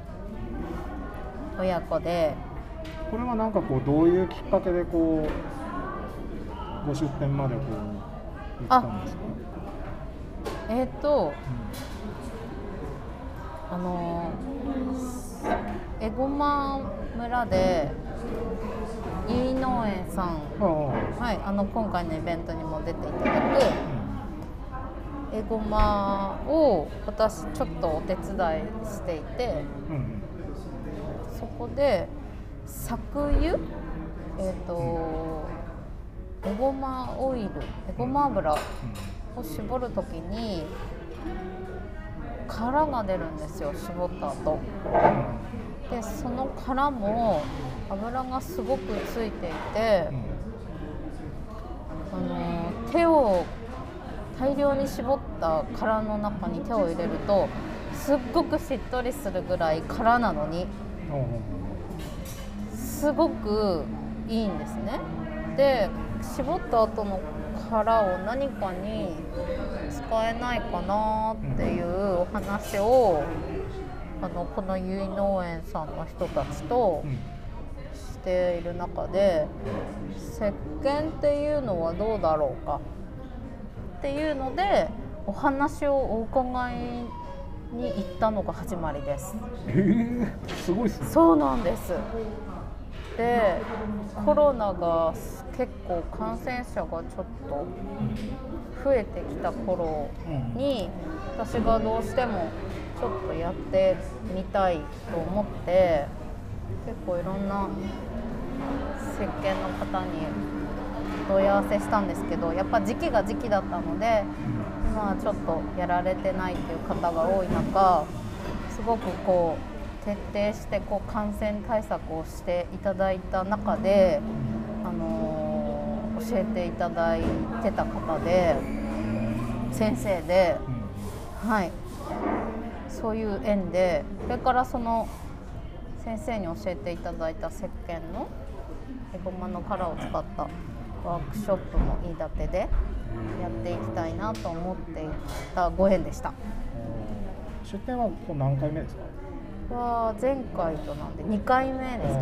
親子で。 これはなんかこうどういうきっかけでこうご出店までこう行ったんですか。 エゴマ村で由比農園さん、今回のイベントにも出ていただくエゴマを私ちょっとお手伝いしていて、そこで搾油、エゴマオイル、エゴマ油を絞るときに殻が出るんですよ、絞った後で。その殻も油がすごくついていて、手を大量に絞った殻の中に手を入れるとすっごくしっとりするぐらい殻なのにすごくいいんですね。で絞った後の殻を何かに使えないかなっていうお話をこの由比農園さんの人たちとしている中で、石鹸っていうのはどうだろうかっていうのでお話をお伺いに行ったのが始まりです。 すごいっすね。 そうなんです。でコロナが結構感染者がちょっと増えてきた頃に、私がどうしてもちょっとやってみたいと思って結構いろんな石鹸の方に問い合わせしたんですけど、やっぱ時期が時期だったので今はちょっとやられてないっていう方が多い中、すごくこう徹底してこう感染対策をしていただいた中で、教えていただいてた方で先生で、はい、そういう縁で、それからその先生に教えていただいた石鹸のエゴマの殻を使ったワークショップも飯舘でやっていきたいなと思っていたご縁でした。 出店は何回目ですか？ は前回となんで2回目ですかね。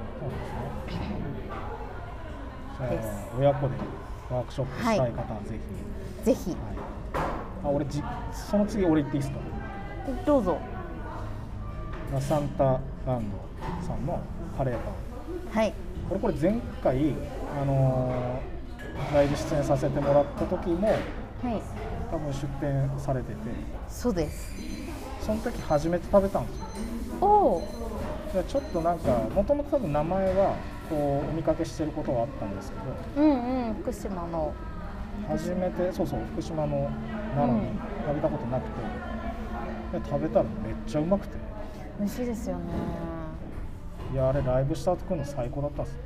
です。親子でワークショップしたい方はぜひ、ぜひ、 はい、その次俺行っていいですか？ どうぞ。 ラサンタランドさんのカレーパン、 はい、 これ前回ライブ出演させてもらった時も、はい、多分出店されてて。 そうです。 その時初めて食べたんですよ。 おお。 ちょっとなんかもともと多分名前はこうお見かけしてることはあったんですけど、 福島の初めて福島のなのに食べたことなくて、食べたらめっちゃうまくて美味しいですよね。 いや、あれライブした後食うの最高だったんです。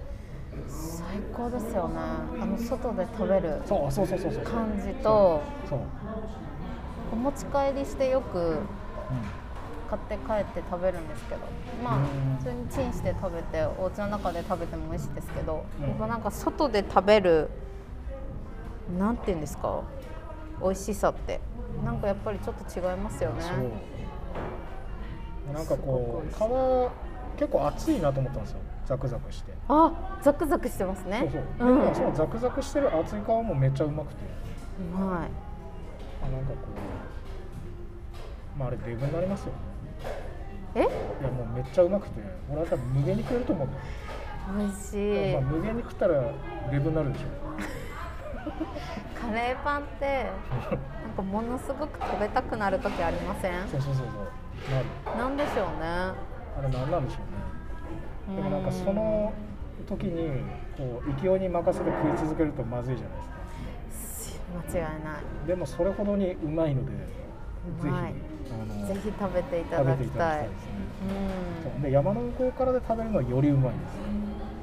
最高ですよね。外で食べる感じと、お持ち帰りしてよく買って帰って食べるんですけど、普通にチンして食べてお家の中で食べても美味しいですけど、なんか外で食べるなんていうんですか、美味しさってなんかやっぱりちょっと違いますよね。 なんかこう皮結構熱いなと思ったんですよ。ザクザクして。 ザクザクしてますね。 そのザクザクしてる熱い皮もめっちゃうまくて。 うまい。 なんかこう、あれデブになりますよ。いやもうめっちゃうまくて、俺は多分無限に食えると思うんだよ。 美味しい。 無限に食ったらデブになるでしょ。 カレーパンってなんかものすごく食べたくなる時ありません？ そうなんでしょうね。 あれなんなんでしょうね。でもなんかその時にこう勢いに任せて食い続けるとまずいじゃないですか。 間違いない。 でもそれほどにうまいので、 ぜひ食べていただきたい。 で山の向こうからで食べるのはよりうまいです。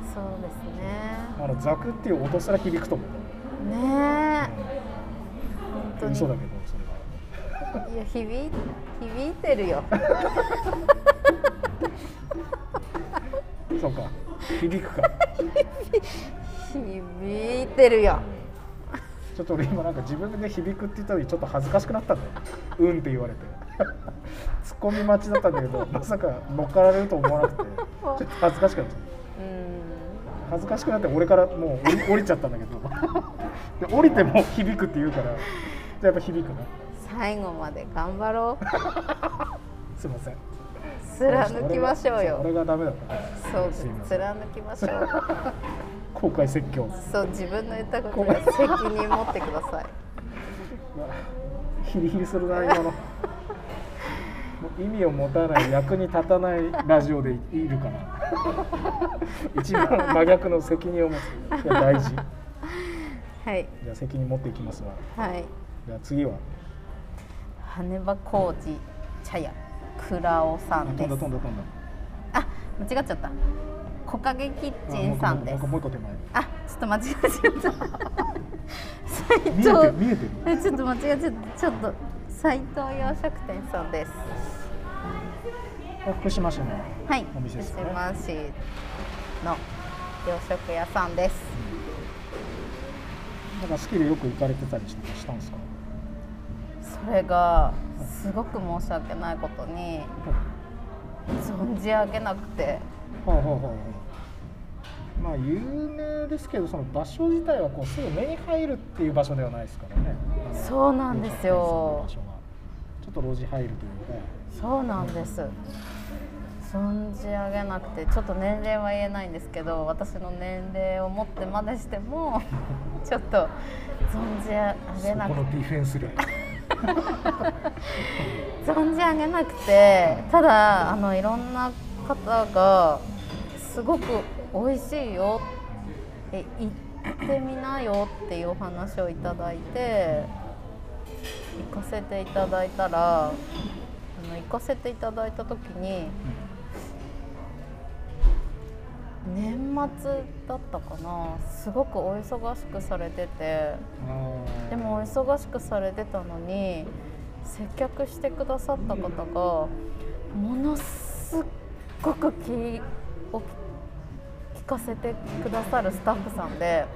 そうですね。 ザクっていう音すら響くと思う。 ねえ。本当に。 嘘だけどそれは。 いや響いてるよ。 そうか、響くか。 響いてるよ。 ちょっと俺今なんか自分で響くって言ったのにちょっと恥ずかしくなったんだよ。うんって言われて。ツッコミ待ちだったんだけど、まさか乗っかられると思わなくて、ちょっと恥ずかしかった。恥ずかしくなって俺からもう降りちゃったんだけど。で降りても響くって言うから、じゃあやっぱ響くな。 最後まで頑張ろう。 すいません。 貫きましょうよ。 俺がダメだった。 そうです。貫きましょう。 公開説教。 そう自分の言ったことに責任持ってください。 ヒリヒリするな今の。意味を持たない役に立たないラジオでいるから。一番真逆の責任を持つ。大事。 はい。 じゃあ責任持っていきますわ。 はい。 じゃあ次は。 羽場工事茶屋倉尾さんです。 飛んだ。 あ、間違っちゃった。木陰キッチンさんです。 もう一個手前。 ちょっと間違えちゃった。 見えてる。 ちょっと間違えちゃった。ちょっと斉藤洋食店さんです。 福島市のお店ですね。福島市の洋食屋さんです。 なんか好きでよく行かれてたりしたんですか？ それがすごく申し訳ないことに存じ上げなくて。 まあ有名ですけど、その場所自体はこうすぐ目に入るっていう場所ではないですからね。 そうなんですよ。 ちょっと路地入るというか。 そうなんです。存じ上げなくて、ちょっと年齢は言えないんですけど、私の年齢をもってまでしてもちょっと存じ上げなくて。 そこのディフェンス力。 存じ上げなくて、ただいろんな方がすごく美味しいよって行ってみなよっていうお話をいただいて行かせていただいたら、行かせていただいた時に末だったかな、すごくお忙しくされてて、でもお忙しくされてたのに接客してくださった方がものすごく気を利かせてくださるスタッフさんで、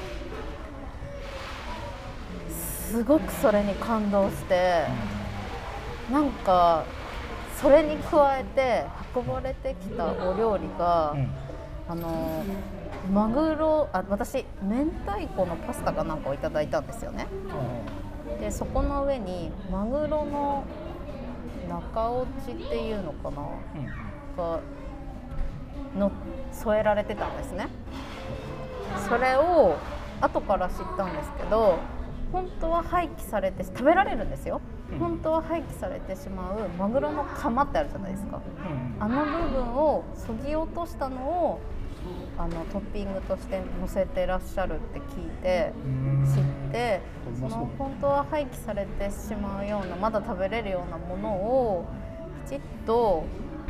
すごくそれに感動して、なんかそれに加えて運ばれてきたお料理が、マグロ、私明太子のパスタかなんかをいただいたんですよね。でそこの上にマグロの中落ちっていうのかな、が添えられてたんですね。それを後から知ったんですけど、本当は廃棄されて食べられるんですよ。本当は廃棄されてしまうマグロのカマってあるじゃないですか。あの部分をそぎ落としたのをトッピングとして乗せてらっしゃるって聞いて知って、その本当は廃棄されてしまうようなまだ食べれるようなものをきちっと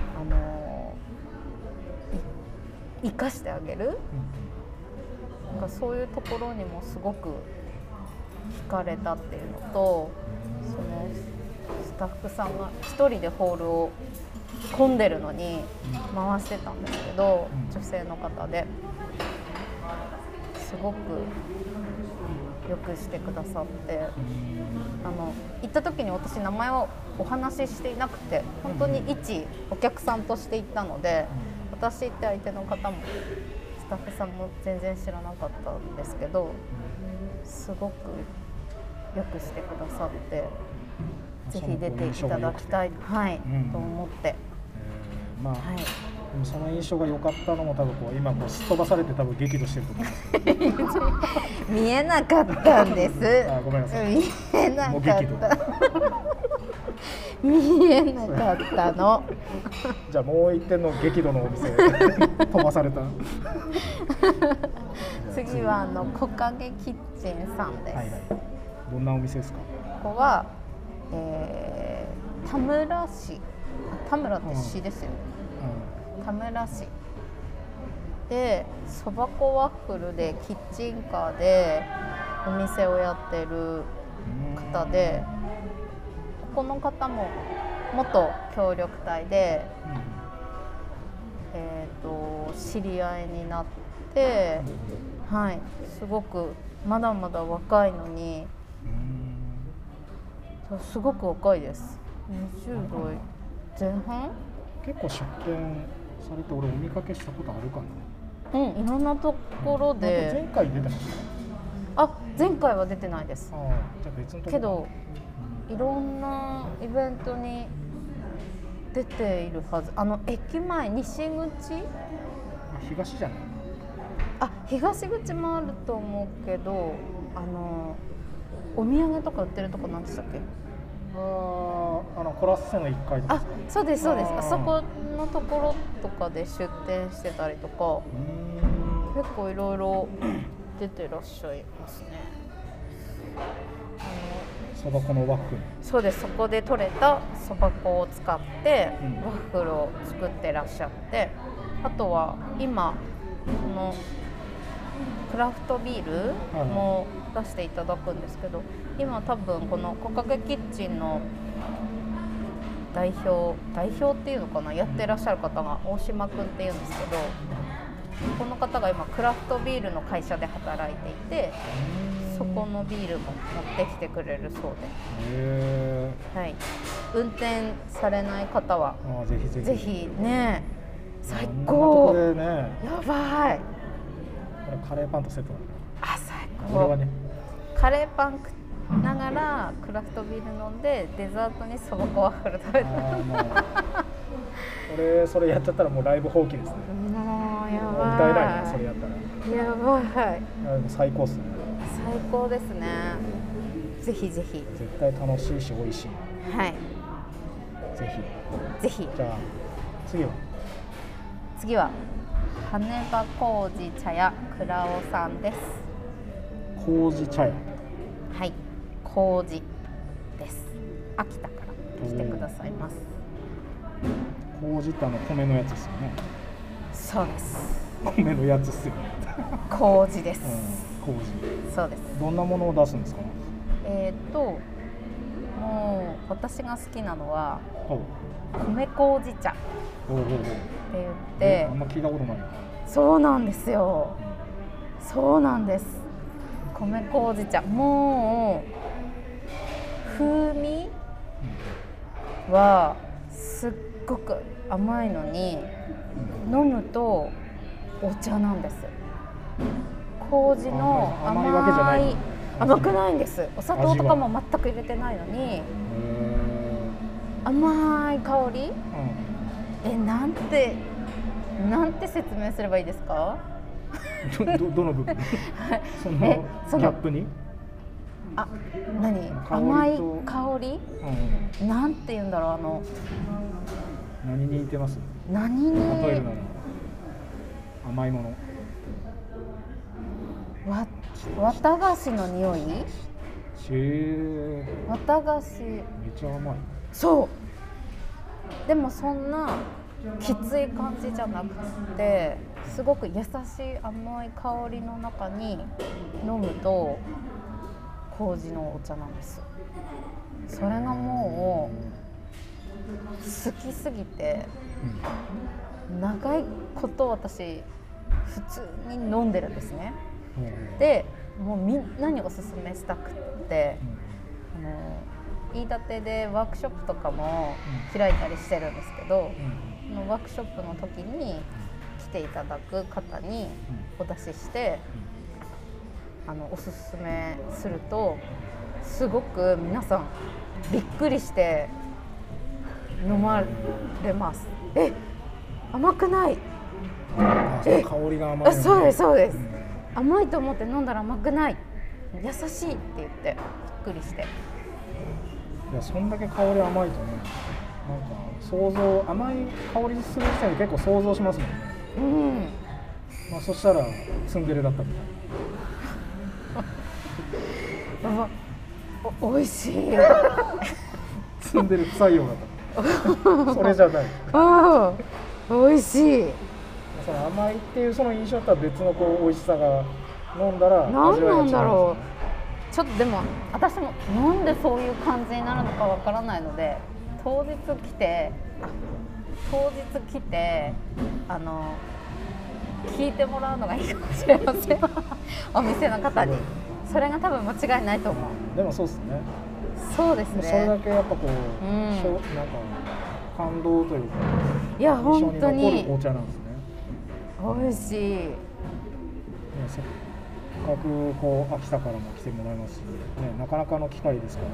生かしてあげる、なんかそういうところにもすごく惹かれたっていうのと、そのスタッフさんが一人でホールを混んでるのに回してたんですけど、女性の方ですごくよくしてくださって、行った時に私名前をお話ししていなくて、本当に一お客さんとして行ったので、私って相手の方もスタッフさんも全然知らなかったんですけど、すごくよくしてくださって、ぜひ出ていただきたい、と思って、 でもその印象が良かったのも多分今すっ飛ばされて多分激怒してると思うんですけど見えなかったんです。 ごめんなさい。 見えなかった見えなかったのじゃあもう一点の激怒のお店飛ばされた次は木陰キッチンさんです。 どんなお店ですか？ ここは、田村市、田村って市ですよね、田村市でそば粉ワッフルでキッチンカーでお店をやってる方で、この方も元協力隊で、知り合いになって、すごくまだまだ若いのにすごく若いです。20代前半。 結構出店されて俺お見かけしたことあるかな。いろんなところで。 前回出てました？ 前回は出てないです。 じゃあ別のところ。 けどいろんなイベントに出ているはず。駅前西口？ 東じゃない？ 東口もあると思うけど、お土産とか売ってるとこなんでしたっけ？ コラッセの1階とか。 そうですそうです。あそこのところとかで出店してたりとか、結構いろいろ出てらっしゃいますね。 そば粉のワッフル。 そうです。そこで採れたそば粉を使ってワッフルを作ってらっしゃって、あとは今このクラフトビールも出していただくんですけど、今多分この木陰キッチンの代表っていうのかな、やってらっしゃる方が大島くんっていうんですけど、この方が今クラフトビールの会社で働いていて、そこのビールも持ってきてくれるそうで、運転されない方はぜひね。最高。やばい。 これカレーパンとセットなんだ。 最高。 これはね、 カレーパン食いながらクラフトビール飲んでデザートにそば粉ワッフル食べた。 それやっちゃったらもうライブ放棄ですね。 もうやばい。 歌えないね、それやったら。 やばい。 最高っすね。 最高ですね。ぜひぜひ。 絶対楽しいし美味しい。ぜひ。じゃあ次は羽場麹茶屋倉尾さんです。 麹茶屋。 麹です。秋田から来てくださいます。 麹って米のやつですよね。 そうです。 米のやつっすよ。 麹です。 麹。 そうです。 どんなものを出すんですか？ もう私が好きなのは米麹茶って言って、 あんま聞いたことない。 そうなんですよ。そうなんです。米麹茶、もう風味はすっごく甘いのに、飲むとお茶なんです。麹の甘いわけじゃない。 甘くないんです。お砂糖とかも全く入れてないのに甘い香り、なんて説明すればいいですか？ どの部分？そのギャップに？ 甘い香り？なんて言うんだろう、 何に似てます？ 何に？ 例えるなら甘いもの。 綿菓子の匂い？綿菓子。 めっちゃ甘い。 そう。でもそんなきつい感じじゃなくて、すごく優しい甘い香りの中に飲むと麹のお茶なんです。それがもう好きすぎて、長いこと私普通に飲んでるんですね。でもうみんなにおすすめしたくって、飯舘でワークショップとかも開いたりしてるんですけど、そのワークショップの時に来ていただく方にお出しして、おすすめするとすごく皆さんびっくりして飲まれます。甘くない？ 香りが甘い。 そうですそうです。甘いと思って飲んだら甘くない、優しいって言ってびっくりして。 いや、そんだけ香り甘いとね、なんか想像、甘い香りする時点で結構想像しますもんね。そしたらツンデレだったみたいな。 おいしい。 ツンデレ不採用だった。それじゃない。 おいしい。 その甘いっていうその印象とは別の美味しさが飲んだら何なんだろう。ちょっとでも私もなんでそういう感じになるのかわからないので、当日来て聞いてもらうのがいいかもしれません。お店の方に。それが多分間違いないと思う。 でもそうですね。 そうですね。 それだけやっぱなんか感動というか、 いや本当に印象に残るお茶なんですね。 美味しい。 せっかく秋田からも来てもらいますし、なかなかの機会ですから、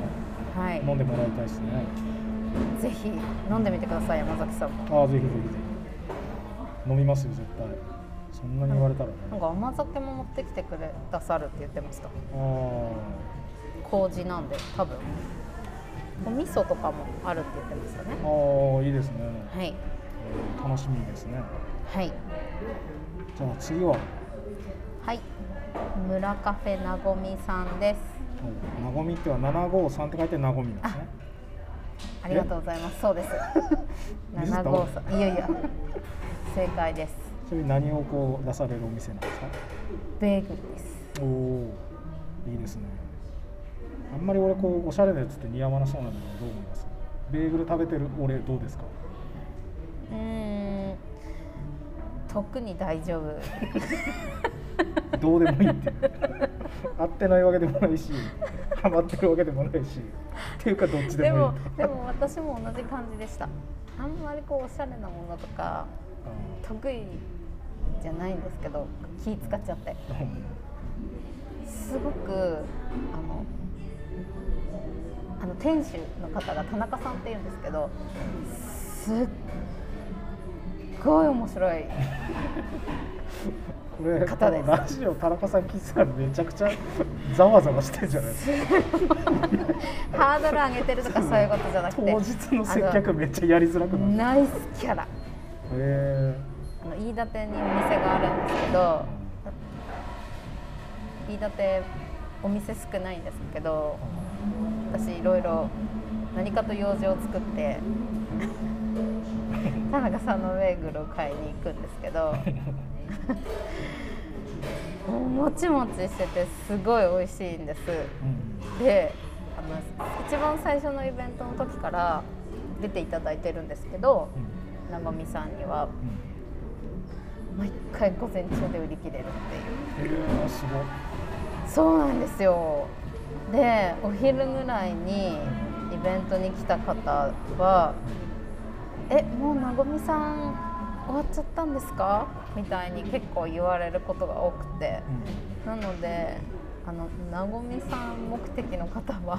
飲んでもらいたいですね。 ぜひ飲んでみてください、山崎さんも。 ぜひぜひ飲みますよ絶対。そんなに言われたらね。 なんか甘酒も持ってきてくださるって言ってました。麹なんで多分お味噌とかもあるって言ってましたね。 いいですね。 はい。 楽しみですね。 はい。 じゃあ次は。 はい。村カフェなごみさんです。 なごみっては753って書いてなごみなんですね。 ありがとうございます。そうです。753。いやいや。正解です。 それ何を出されるお店なんですか？ ベーグルです。 いいですね。あんまり俺おしゃれなやつって似合わなそうなのでどう思います？ベーグル食べてる俺どうですか？ 特に大丈夫。 どうでもいいっていう合ってないわけでもないしハマってるわけでもないしっていうかどっちでもいい。 でも私も同じ感じでした。あんまりおしゃれなものとか得意じゃないんですけど、気使っちゃってすごく店主の方が田中さんっていうんですけど、すっごい面白いこれ方です。ラジオ田中さん聞いてたらめちゃくちゃざわざわしてるじゃないですか。 ハードル上げてるとかそういうことじゃなくて、 当日の接客めっちゃやりづらくなる。 ナイスキャラ。飯舘にお店があるんですけど、飯舘お店少ないんですけど、私いろいろ何かと用事を作って田中さんのベーグルを買いに行くんですけどもちもちしててすごい美味しいんです、で一番最初のイベントの時から出ていただいてるんですけど、なごみさんには毎回午前中で売り切れるっていう。 すごい。 そうなんですよ。でお昼ぐらいにイベントに来た方はもうなごみさん終わっちゃったんですかみたいに結構言われることが多くて、なのでなごみさん目的の方は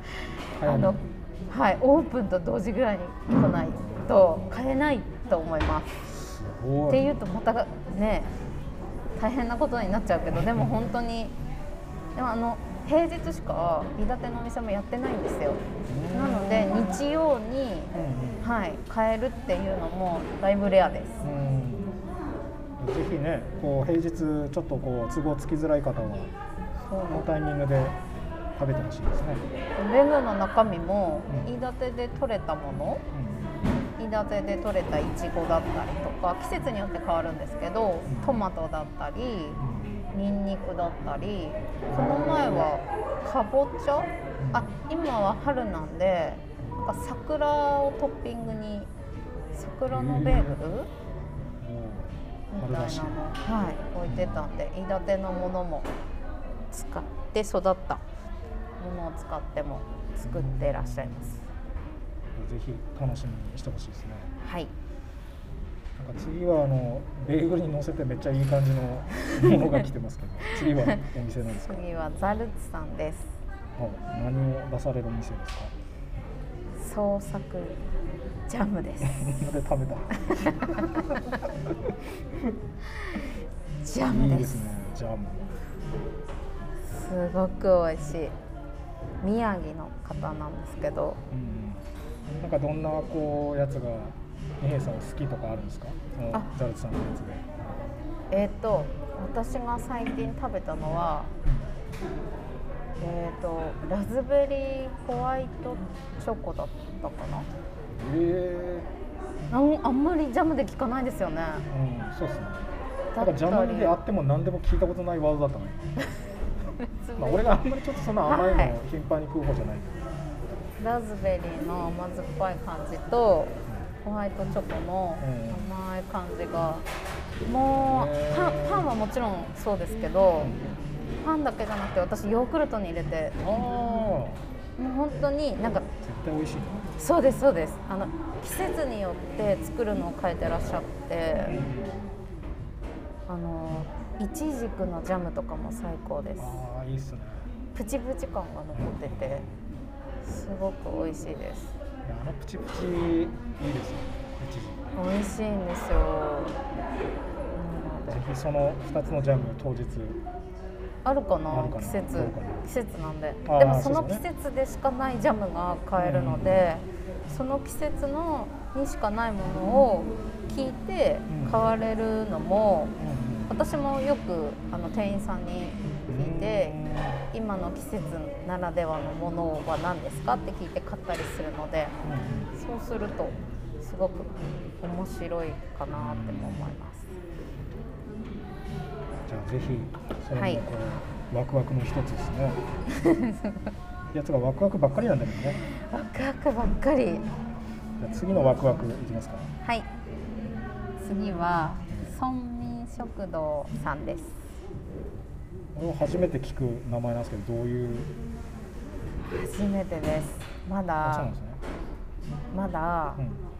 はい、オープンと同時ぐらいに来ないと買えないと思います。 すごい。 っていうとまたね大変なことになっちゃうけど、でも本当にでも平日しか飯舘のお店もやってないんですよ。なので日曜に、はい、買えるっていうのもだいぶレアです。 ぜひね、こう平日ちょっとこう都合つきづらい方はこのタイミングで食べてほしいですね。 レグの中身も飯舘で採れたもの、飯舘で採れたいちごだったりとか、季節によって変わるんですけど、トマトだったりニンニクだったり、この前はかぼちゃ、今は春なんでなんか桜をトッピングに桜のベーグルみたいなの、はい、置いてたんで、飯舘のものも使って育ったものを使っても作ってらっしゃいます。 ぜひ楽しみにしてほしいですね。 はい。 なんか次はベーグルに乗せてめっちゃいい感じのものが来てますけど次はお店なんですか？ 次はザルツさんです。 何を出されるお店ですか？ 創作ジャムです。 で食べたジャムです。 いいですね、ジャム。 すごく美味しい。宮城の方なんですけど、 なんかどんなこうやつが二平さん好きとかあるんですか？ザルツさんのやつで。 私が最近食べたのは、ラズベリーホワイトチョコだったかな。あんまりジャムで聞かないですよね。 そうですね。なんかジャムであっても何でも聞いたことないワードだったのに俺があんまりちょっとそんな甘いのを頻繁に食う方じゃないけど、 ラズベリーの甘酸っぱい感じと、ホワイトチョコの甘い感じが、もうパンはもちろんそうですけど、パンだけじゃなくて私ヨーグルトに入れて、もう本当になんか絶対美味しい。 そうですそうです。季節によって作るのを変えてらっしゃって、イチジクのジャムとかも最高です。 いいっすね。 プチプチ感が残っててすごく美味しいです。 プチプチいいですね。 美味しいんですよ。 ぜひその2つのジャム当日あるかな。季節なんで。でもその季節でしかないジャムが買えるので、その季節にしかないものを聞いて買われるのも、私もよく店員さんに聞いて、今の季節ならではのものは何ですかって聞いて買ったりするので、そうするとすごく面白いかなっても思います。 じゃあぜひそれもワクワクの一つですね。やつがワクワクばっかりなんだけどね。 ワクワクばっかり。じゃあ次のワクワクいきますか。 はい。次は村民食堂さんです。 これを初めて聞く名前なんですけど、どういう？ 初めてです。まだ。 そうなんですね。 まだ。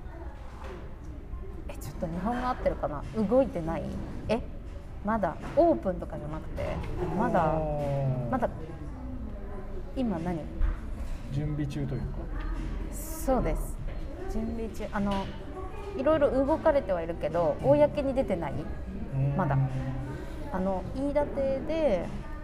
ちょっと日本語合ってるかな。動いてない？まだオープンとかじゃなくて、まだ今何？ 準備中というか。 そうです。準備中。いろいろ動かれてはいるけど、公に出てない。まだ。飯舘で、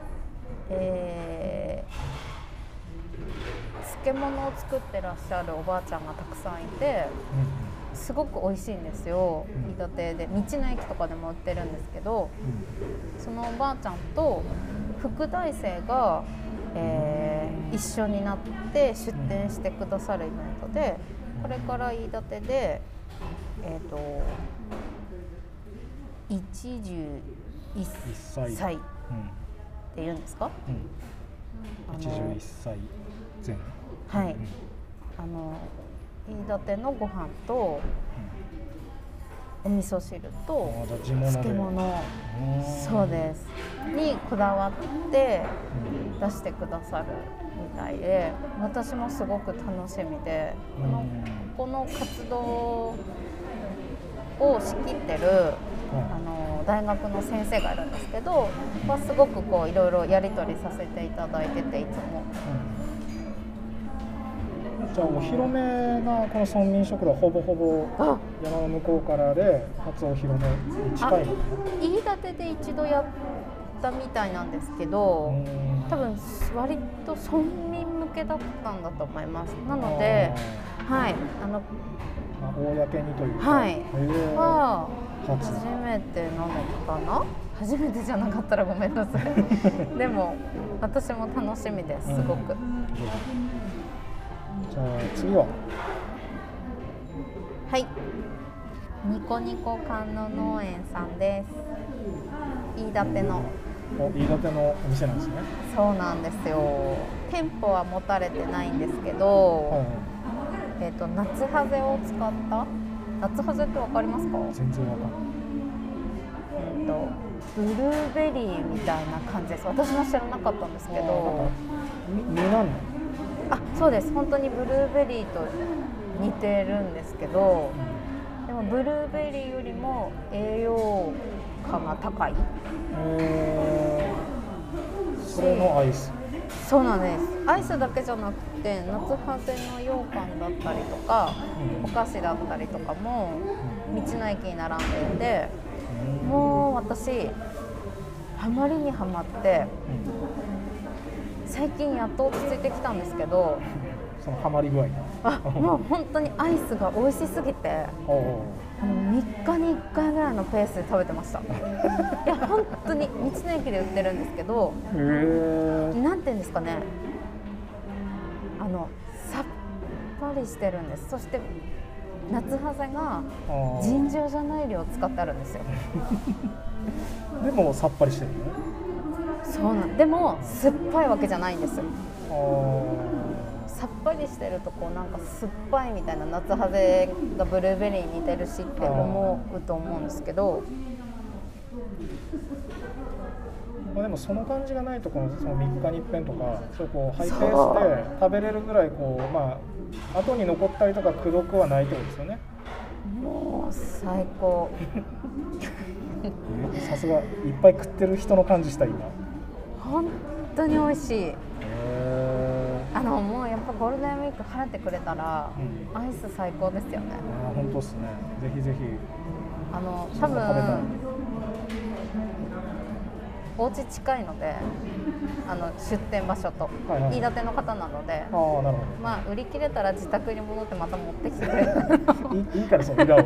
漬物を作ってらっしゃるおばあちゃんがたくさんいて、すごく美味しいんですよ。飯舘で道の駅とかでも売ってるんですけど、そのおばあちゃんと副大生が、一緒になって出店してくださるイベントで、これから飯舘で、 一汁一菜っていうんですか？ 一汁一菜前。 はい。飯舘のご飯とお味噌汁と漬物、そうですにこだわって出してくださるみたいで、私もすごく楽しみで、この活動を仕切ってる大学の先生がいるんですけど、すごくこういろいろやり取りさせていただいてて、いつも。 じゃあお披露目がこの村民食堂ほぼほぼ山の向こうからで初お披露目に近いのかな。 飯舘で一度やったみたいなんですけど、多分割と村民向けだったんだと思います。なので、はい、 公にというか、 はい、は初めてなのかな。初めてじゃなかったらごめんなさい。でも私も楽しみです、すごく。 じゃあ次は、 はい、ニコニコ甘露農園さんです。飯舘のお店なんですね。 そうなんですよ。店舗は持たれてないんですけど、夏ハゼを使った夏ハゼってわかりますか？ 全然わかんない。 ブルーベリーみたいな感じです。私も知らなかったんですけど、 実なんの？ そうです。本当にブルーベリーと似てるんですけど、でもブルーベリーよりも栄養価が高い。 それのアイス。 そうなんです。アイスだけじゃなくて、夏ハゼの羊羹だったりとか、お菓子だったりとかも道の駅に並んでいて、もう私ハマりにハマって、最近やっと落ち着いてきたんですけど、 そのハマり具合もう本当にアイスが美味しすぎて、3日に1回ぐらいのペースで食べてました。いや本当に道の駅で売ってるんですけど、なんていうんですかね、さっぱりしてるんです。そして夏ハゼが尋常じゃない量を使ってあるんですよ。 でもさっぱりしてるね。 そうなんでも酸っぱいわけじゃないんです。さっぱりしてるとこうなんか酸っぱいみたいな、夏ハゼがブルーベリーに似てるしって思うと思うんですけど、 でもその感じがないとその3日に一遍とかそうこうハイペースで食べれるぐらいこう後に残ったりとかくどくはないってことですよね。 もう最高。 さすがいっぱい食ってる人の感じした今。 本当に美味しい。もうやっぱゴールデンウィーク晴れてくれたら、アイス最高ですよね。 本当ですね。ぜひぜひ。 多分お家近いので、出店場所と、飯舘の方なので、 なるほど。 売り切れたら自宅に戻ってまた持ってきてくれたらいいからその裏を。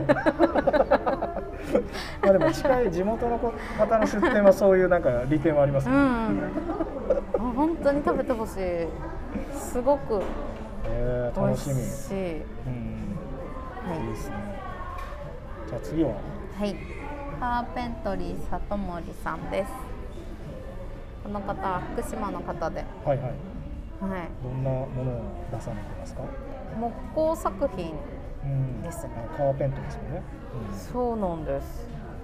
でも近い地元の方の出店はそういうなんか利点はありますね。 本当に食べてほしい。すごく美味しい。 楽しみ。いいですね。じゃあ次は。 はい。カーペントリー里森さんです。この方は福島の方で。 どんなものを出されてますか？ 木工作品ですね。 カーペントですよね。 そうなんです。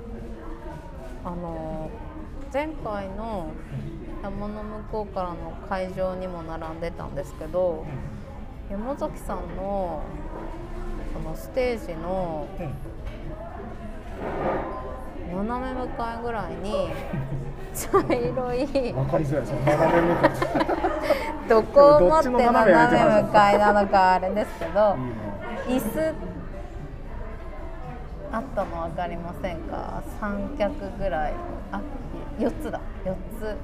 前回の山の向こうからの会場にも並んでたんですけど、山崎さんのそのステージの斜め向かいぐらいに茶色い分かりづらい、その斜め向かいどこを持って斜め向かいなのかあれですけど、椅子あったの分かりませんか？3脚ぐらい、4つだ、4つ。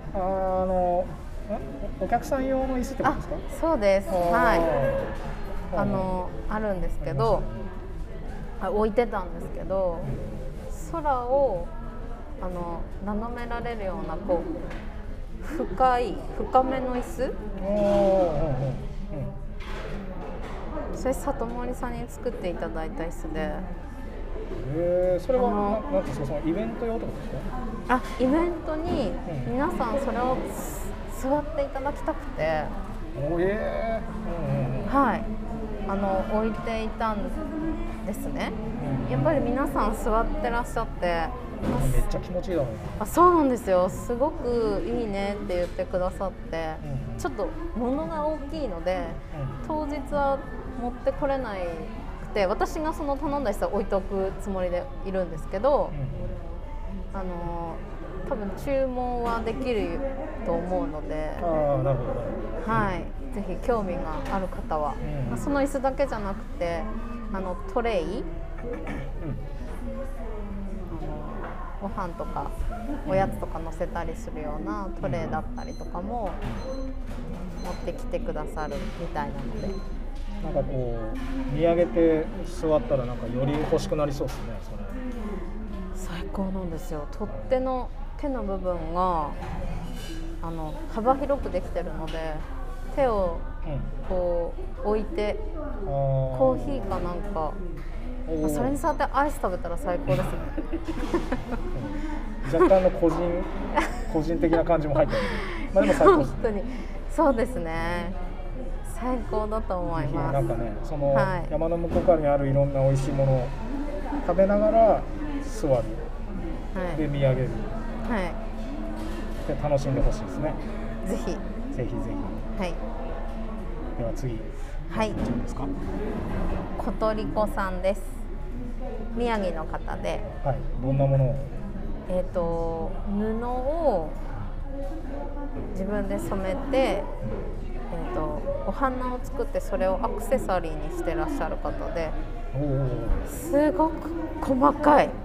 お客さん用の椅子ってことですか？ そうです。はい。あるんですけど、置いてたんですけど、空を斜められるようなこう深めの椅子。それ里森さんに作っていただいた椅子で、 それはなんですか、そのイベント用とかですか？ イベントに皆さんそれを座っていただきたくて、はい、置いていたんですね。やっぱり皆さん座ってらっしゃって、 めっちゃ気持ちいいだろうな。 そうなんですよ。すごくいいねって言ってくださって、ちょっと物が大きいので、当日は持ってこれないくて、私がその頼んだ人は置いておくつもりでいるんですけど、多分注文はできると思うので、はい、ぜひ興味がある方は、その椅子だけじゃなくてトレイ、ご飯とかおやつとか乗せたりするようなトレイだったりとかも持ってきてくださるみたいなので、 なんかこう見上げて座ったらなんかより欲しくなりそうですね。それ最高なんですよ。取っ手の部分が幅広くできてるので、手をこう置いて、コーヒーかなんか、それに触ってアイス食べたら最高ですね。 若干の個人的な感じも入ってる。でも最高です。 本当にそうですね。最高だと思います。 なんかね、その山の向こう側にあるいろんな美味しいものを食べながら座る、で見上げる、で楽しんでほしいですね。 ぜひ。はい。 では次。 はい。 ですか？ 小鳥子さんです。宮城の方で。 はい。どんなものを？布を自分で染めて、お花を作ってそれをアクセサリーにしてらっしゃる方で、すごく細かい。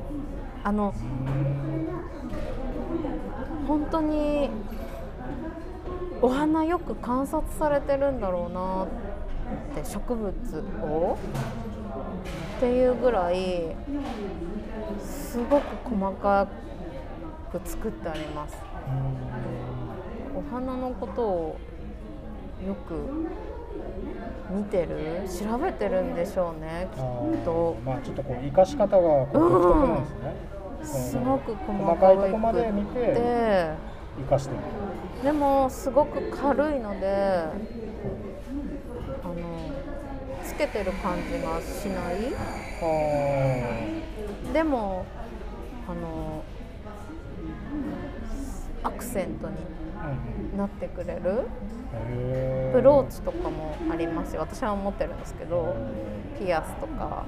本当にお花よく観察されてるんだろうなって、植物をっていうぐらいすごく細かく作ってあります。お花のことをよく見てる、調べてるんでしょうね、きっと。 ちょっとこう生かし方が独特なんですね。 すごく細かいとこまで見て生かしてる。 でもすごく軽いので、つけてる感じがしない。でもアクセントになってくれる。ブローチとかもありますし、私は持ってるんですけど、ピアスとか。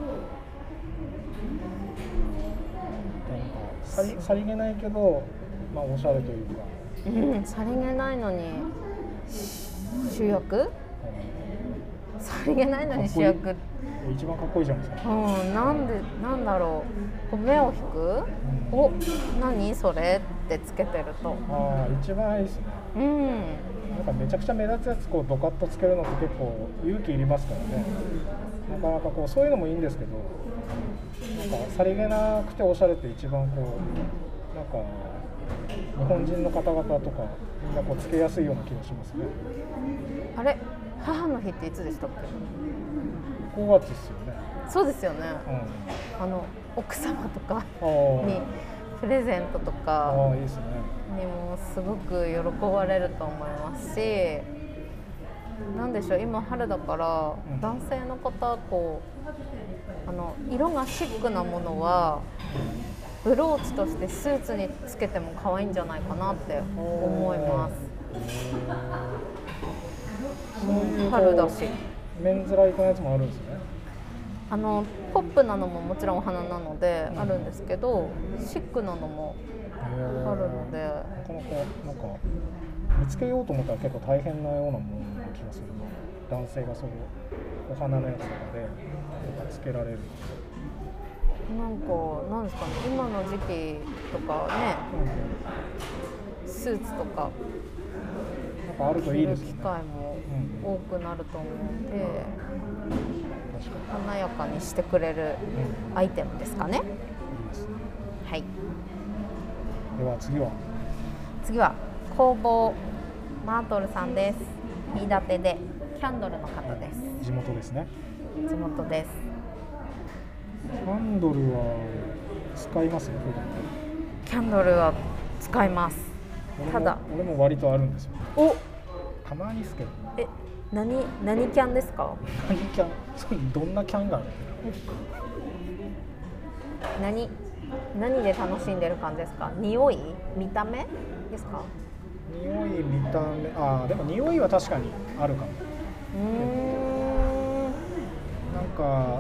さりげないけど、おしゃれというか。 さりげないのに主役？さりげないのに主役。 一番かっこいいじゃないですか。 なんだろう。目を引く？お、何それってつけてると。 一番いいですね。なんかめちゃくちゃ目立つやつこうドカッとつけるのって結構勇気いりますからね。なかなかこうそういうのもいいんですけど、なんかさりげなくておしゃれって一番こうなんか日本人の方々とかみんなこうつけやすいような気がしますね。 あれ、母の日っていつでしたっけ ？5月ですよね。 そうですよね。奥様とかにプレゼントとかいいですね。 にもすごく喜ばれると思いますし、なんでしょう、今春だから男性の方こう色がシックなものはブローチとしてスーツにつけても可愛いんじゃないかなって思います。春だし。 メンズライクのやつもあるんですね。 ポップなのももちろんお花なのであるんですけど、シックなのもあるので、なかなかなんか見つけようと思ったら結構大変なようなものな気がするな。男性がそういうお花のやつとかでつけられる。 なんですかね、今の時期とかね、スーツとかなんかあるといいですね。 着る機会も多くなると思うので、華やかにしてくれるアイテムですかね。はい。 では次は工房マートルさんです。飯舘でキャンドルの方です。 地元ですね。 地元です。 キャンドルは使いますよ、普段。 キャンドルは使います。ただ俺も割とあるんですよ。 お、 たまにですけど。 何キャンですか？ 何キャン？どんなキャンがある？ 何で楽しんでる感じですか？匂い、見た目ですか？ 匂い、見た目、でも匂いは確かにあるかも。なんか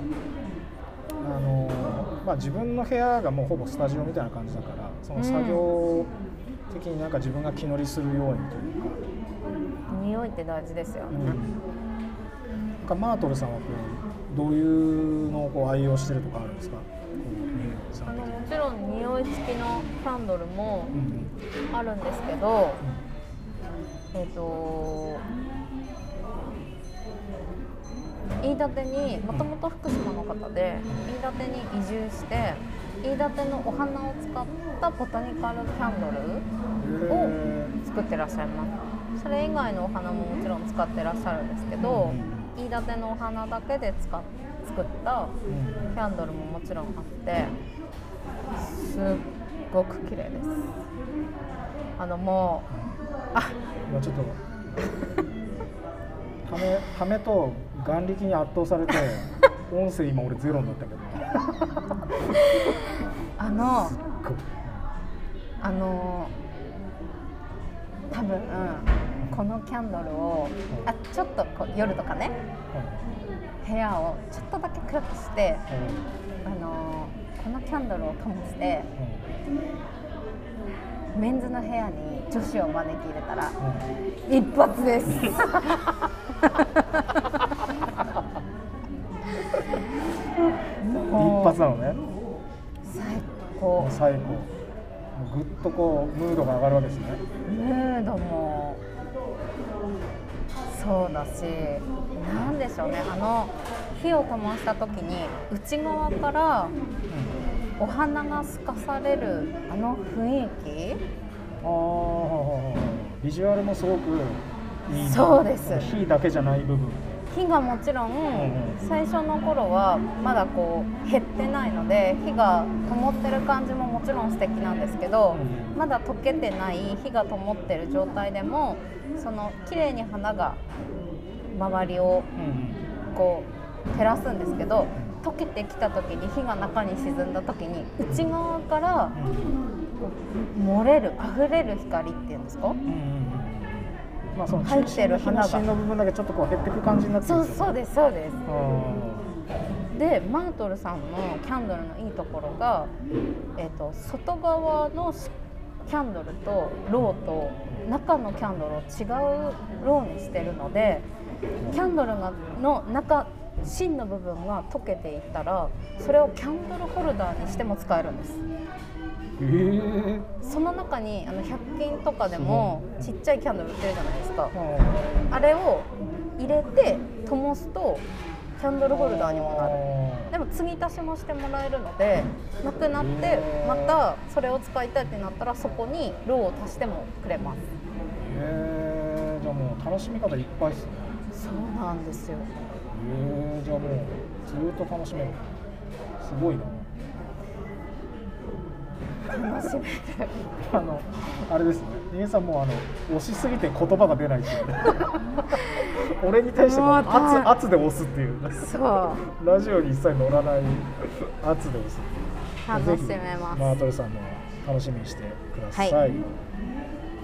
自分の部屋がもうほぼスタジオみたいな感じだから、その作業的になんか自分が気乗りするようにというか、 匂いって大事ですよね。 なんかマートルさんはどういうのを愛用してるとかあるんですか？ もちろん匂い付きのキャンドルもあるんですけど、飯舘にもともと福島の方で飯舘に移住して飯舘のお花を使ったボタニカルキャンドルを作ってらっしゃいます。それ以外のお花ももちろん使ってらっしゃるんですけど、飯舘のお花だけで作ったキャンドルももちろんあってすっごく綺麗です。もうちょっとためと眼力に圧倒されて音声今俺ゼロになったけど多分このキャンドルをちょっと夜とかね、部屋をちょっとだけ暗くして、このキャンドルを灯してメンズの部屋に女子を招き入れたら、一発です一発なのね。 最高。 ぐっとムードが上がるわけですね。 ムードもそうだし、なんでしょうね、火を灯した時に内側からお花が透かされる雰囲気、 ビジュアルもすごくいい。 そうです。 火だけじゃない部分、 火がもちろん最初の頃はまだ減ってないので火が灯ってる感じももちろん素敵なんですけど、まだ溶けてない火が灯ってる状態でもその綺麗に花が周りを照らすんですけど、溶けてきた時に火が中に沈んだ時に内側から漏れる溢れる光っていうんですか、 その入ってる花が中心の部分だけちょっと減っていく感じになってるんですよね。 そうです。でマートルさんのキャンドルのいいところが、外側のキャンドルとローと中のキャンドルを違うローにしてるので、キャンドルの中芯の部分が溶けていったらそれをキャンドルホルダーにしても使えるんです。その中に100均とかでもちっちゃいキャンドル売ってるじゃないですか、あれを入れて灯すとキャンドルホルダーにもなる。でも継ぎ足しもしてもらえるので、なくなってまたそれを使いたいってなったらそこにローを足してもくれます。 じゃあもう楽しみ方いっぱいですね。 そうなんですよ。 じゃあもうずっと楽しめる。すごいな。 楽しめるあれですね、皆さんも押しすぎて言葉が出ないっていう俺に対して圧で押すっていう、そうラジオに一切乗らない圧で押す。 楽しめます。 マートルさんも楽しみにしてください。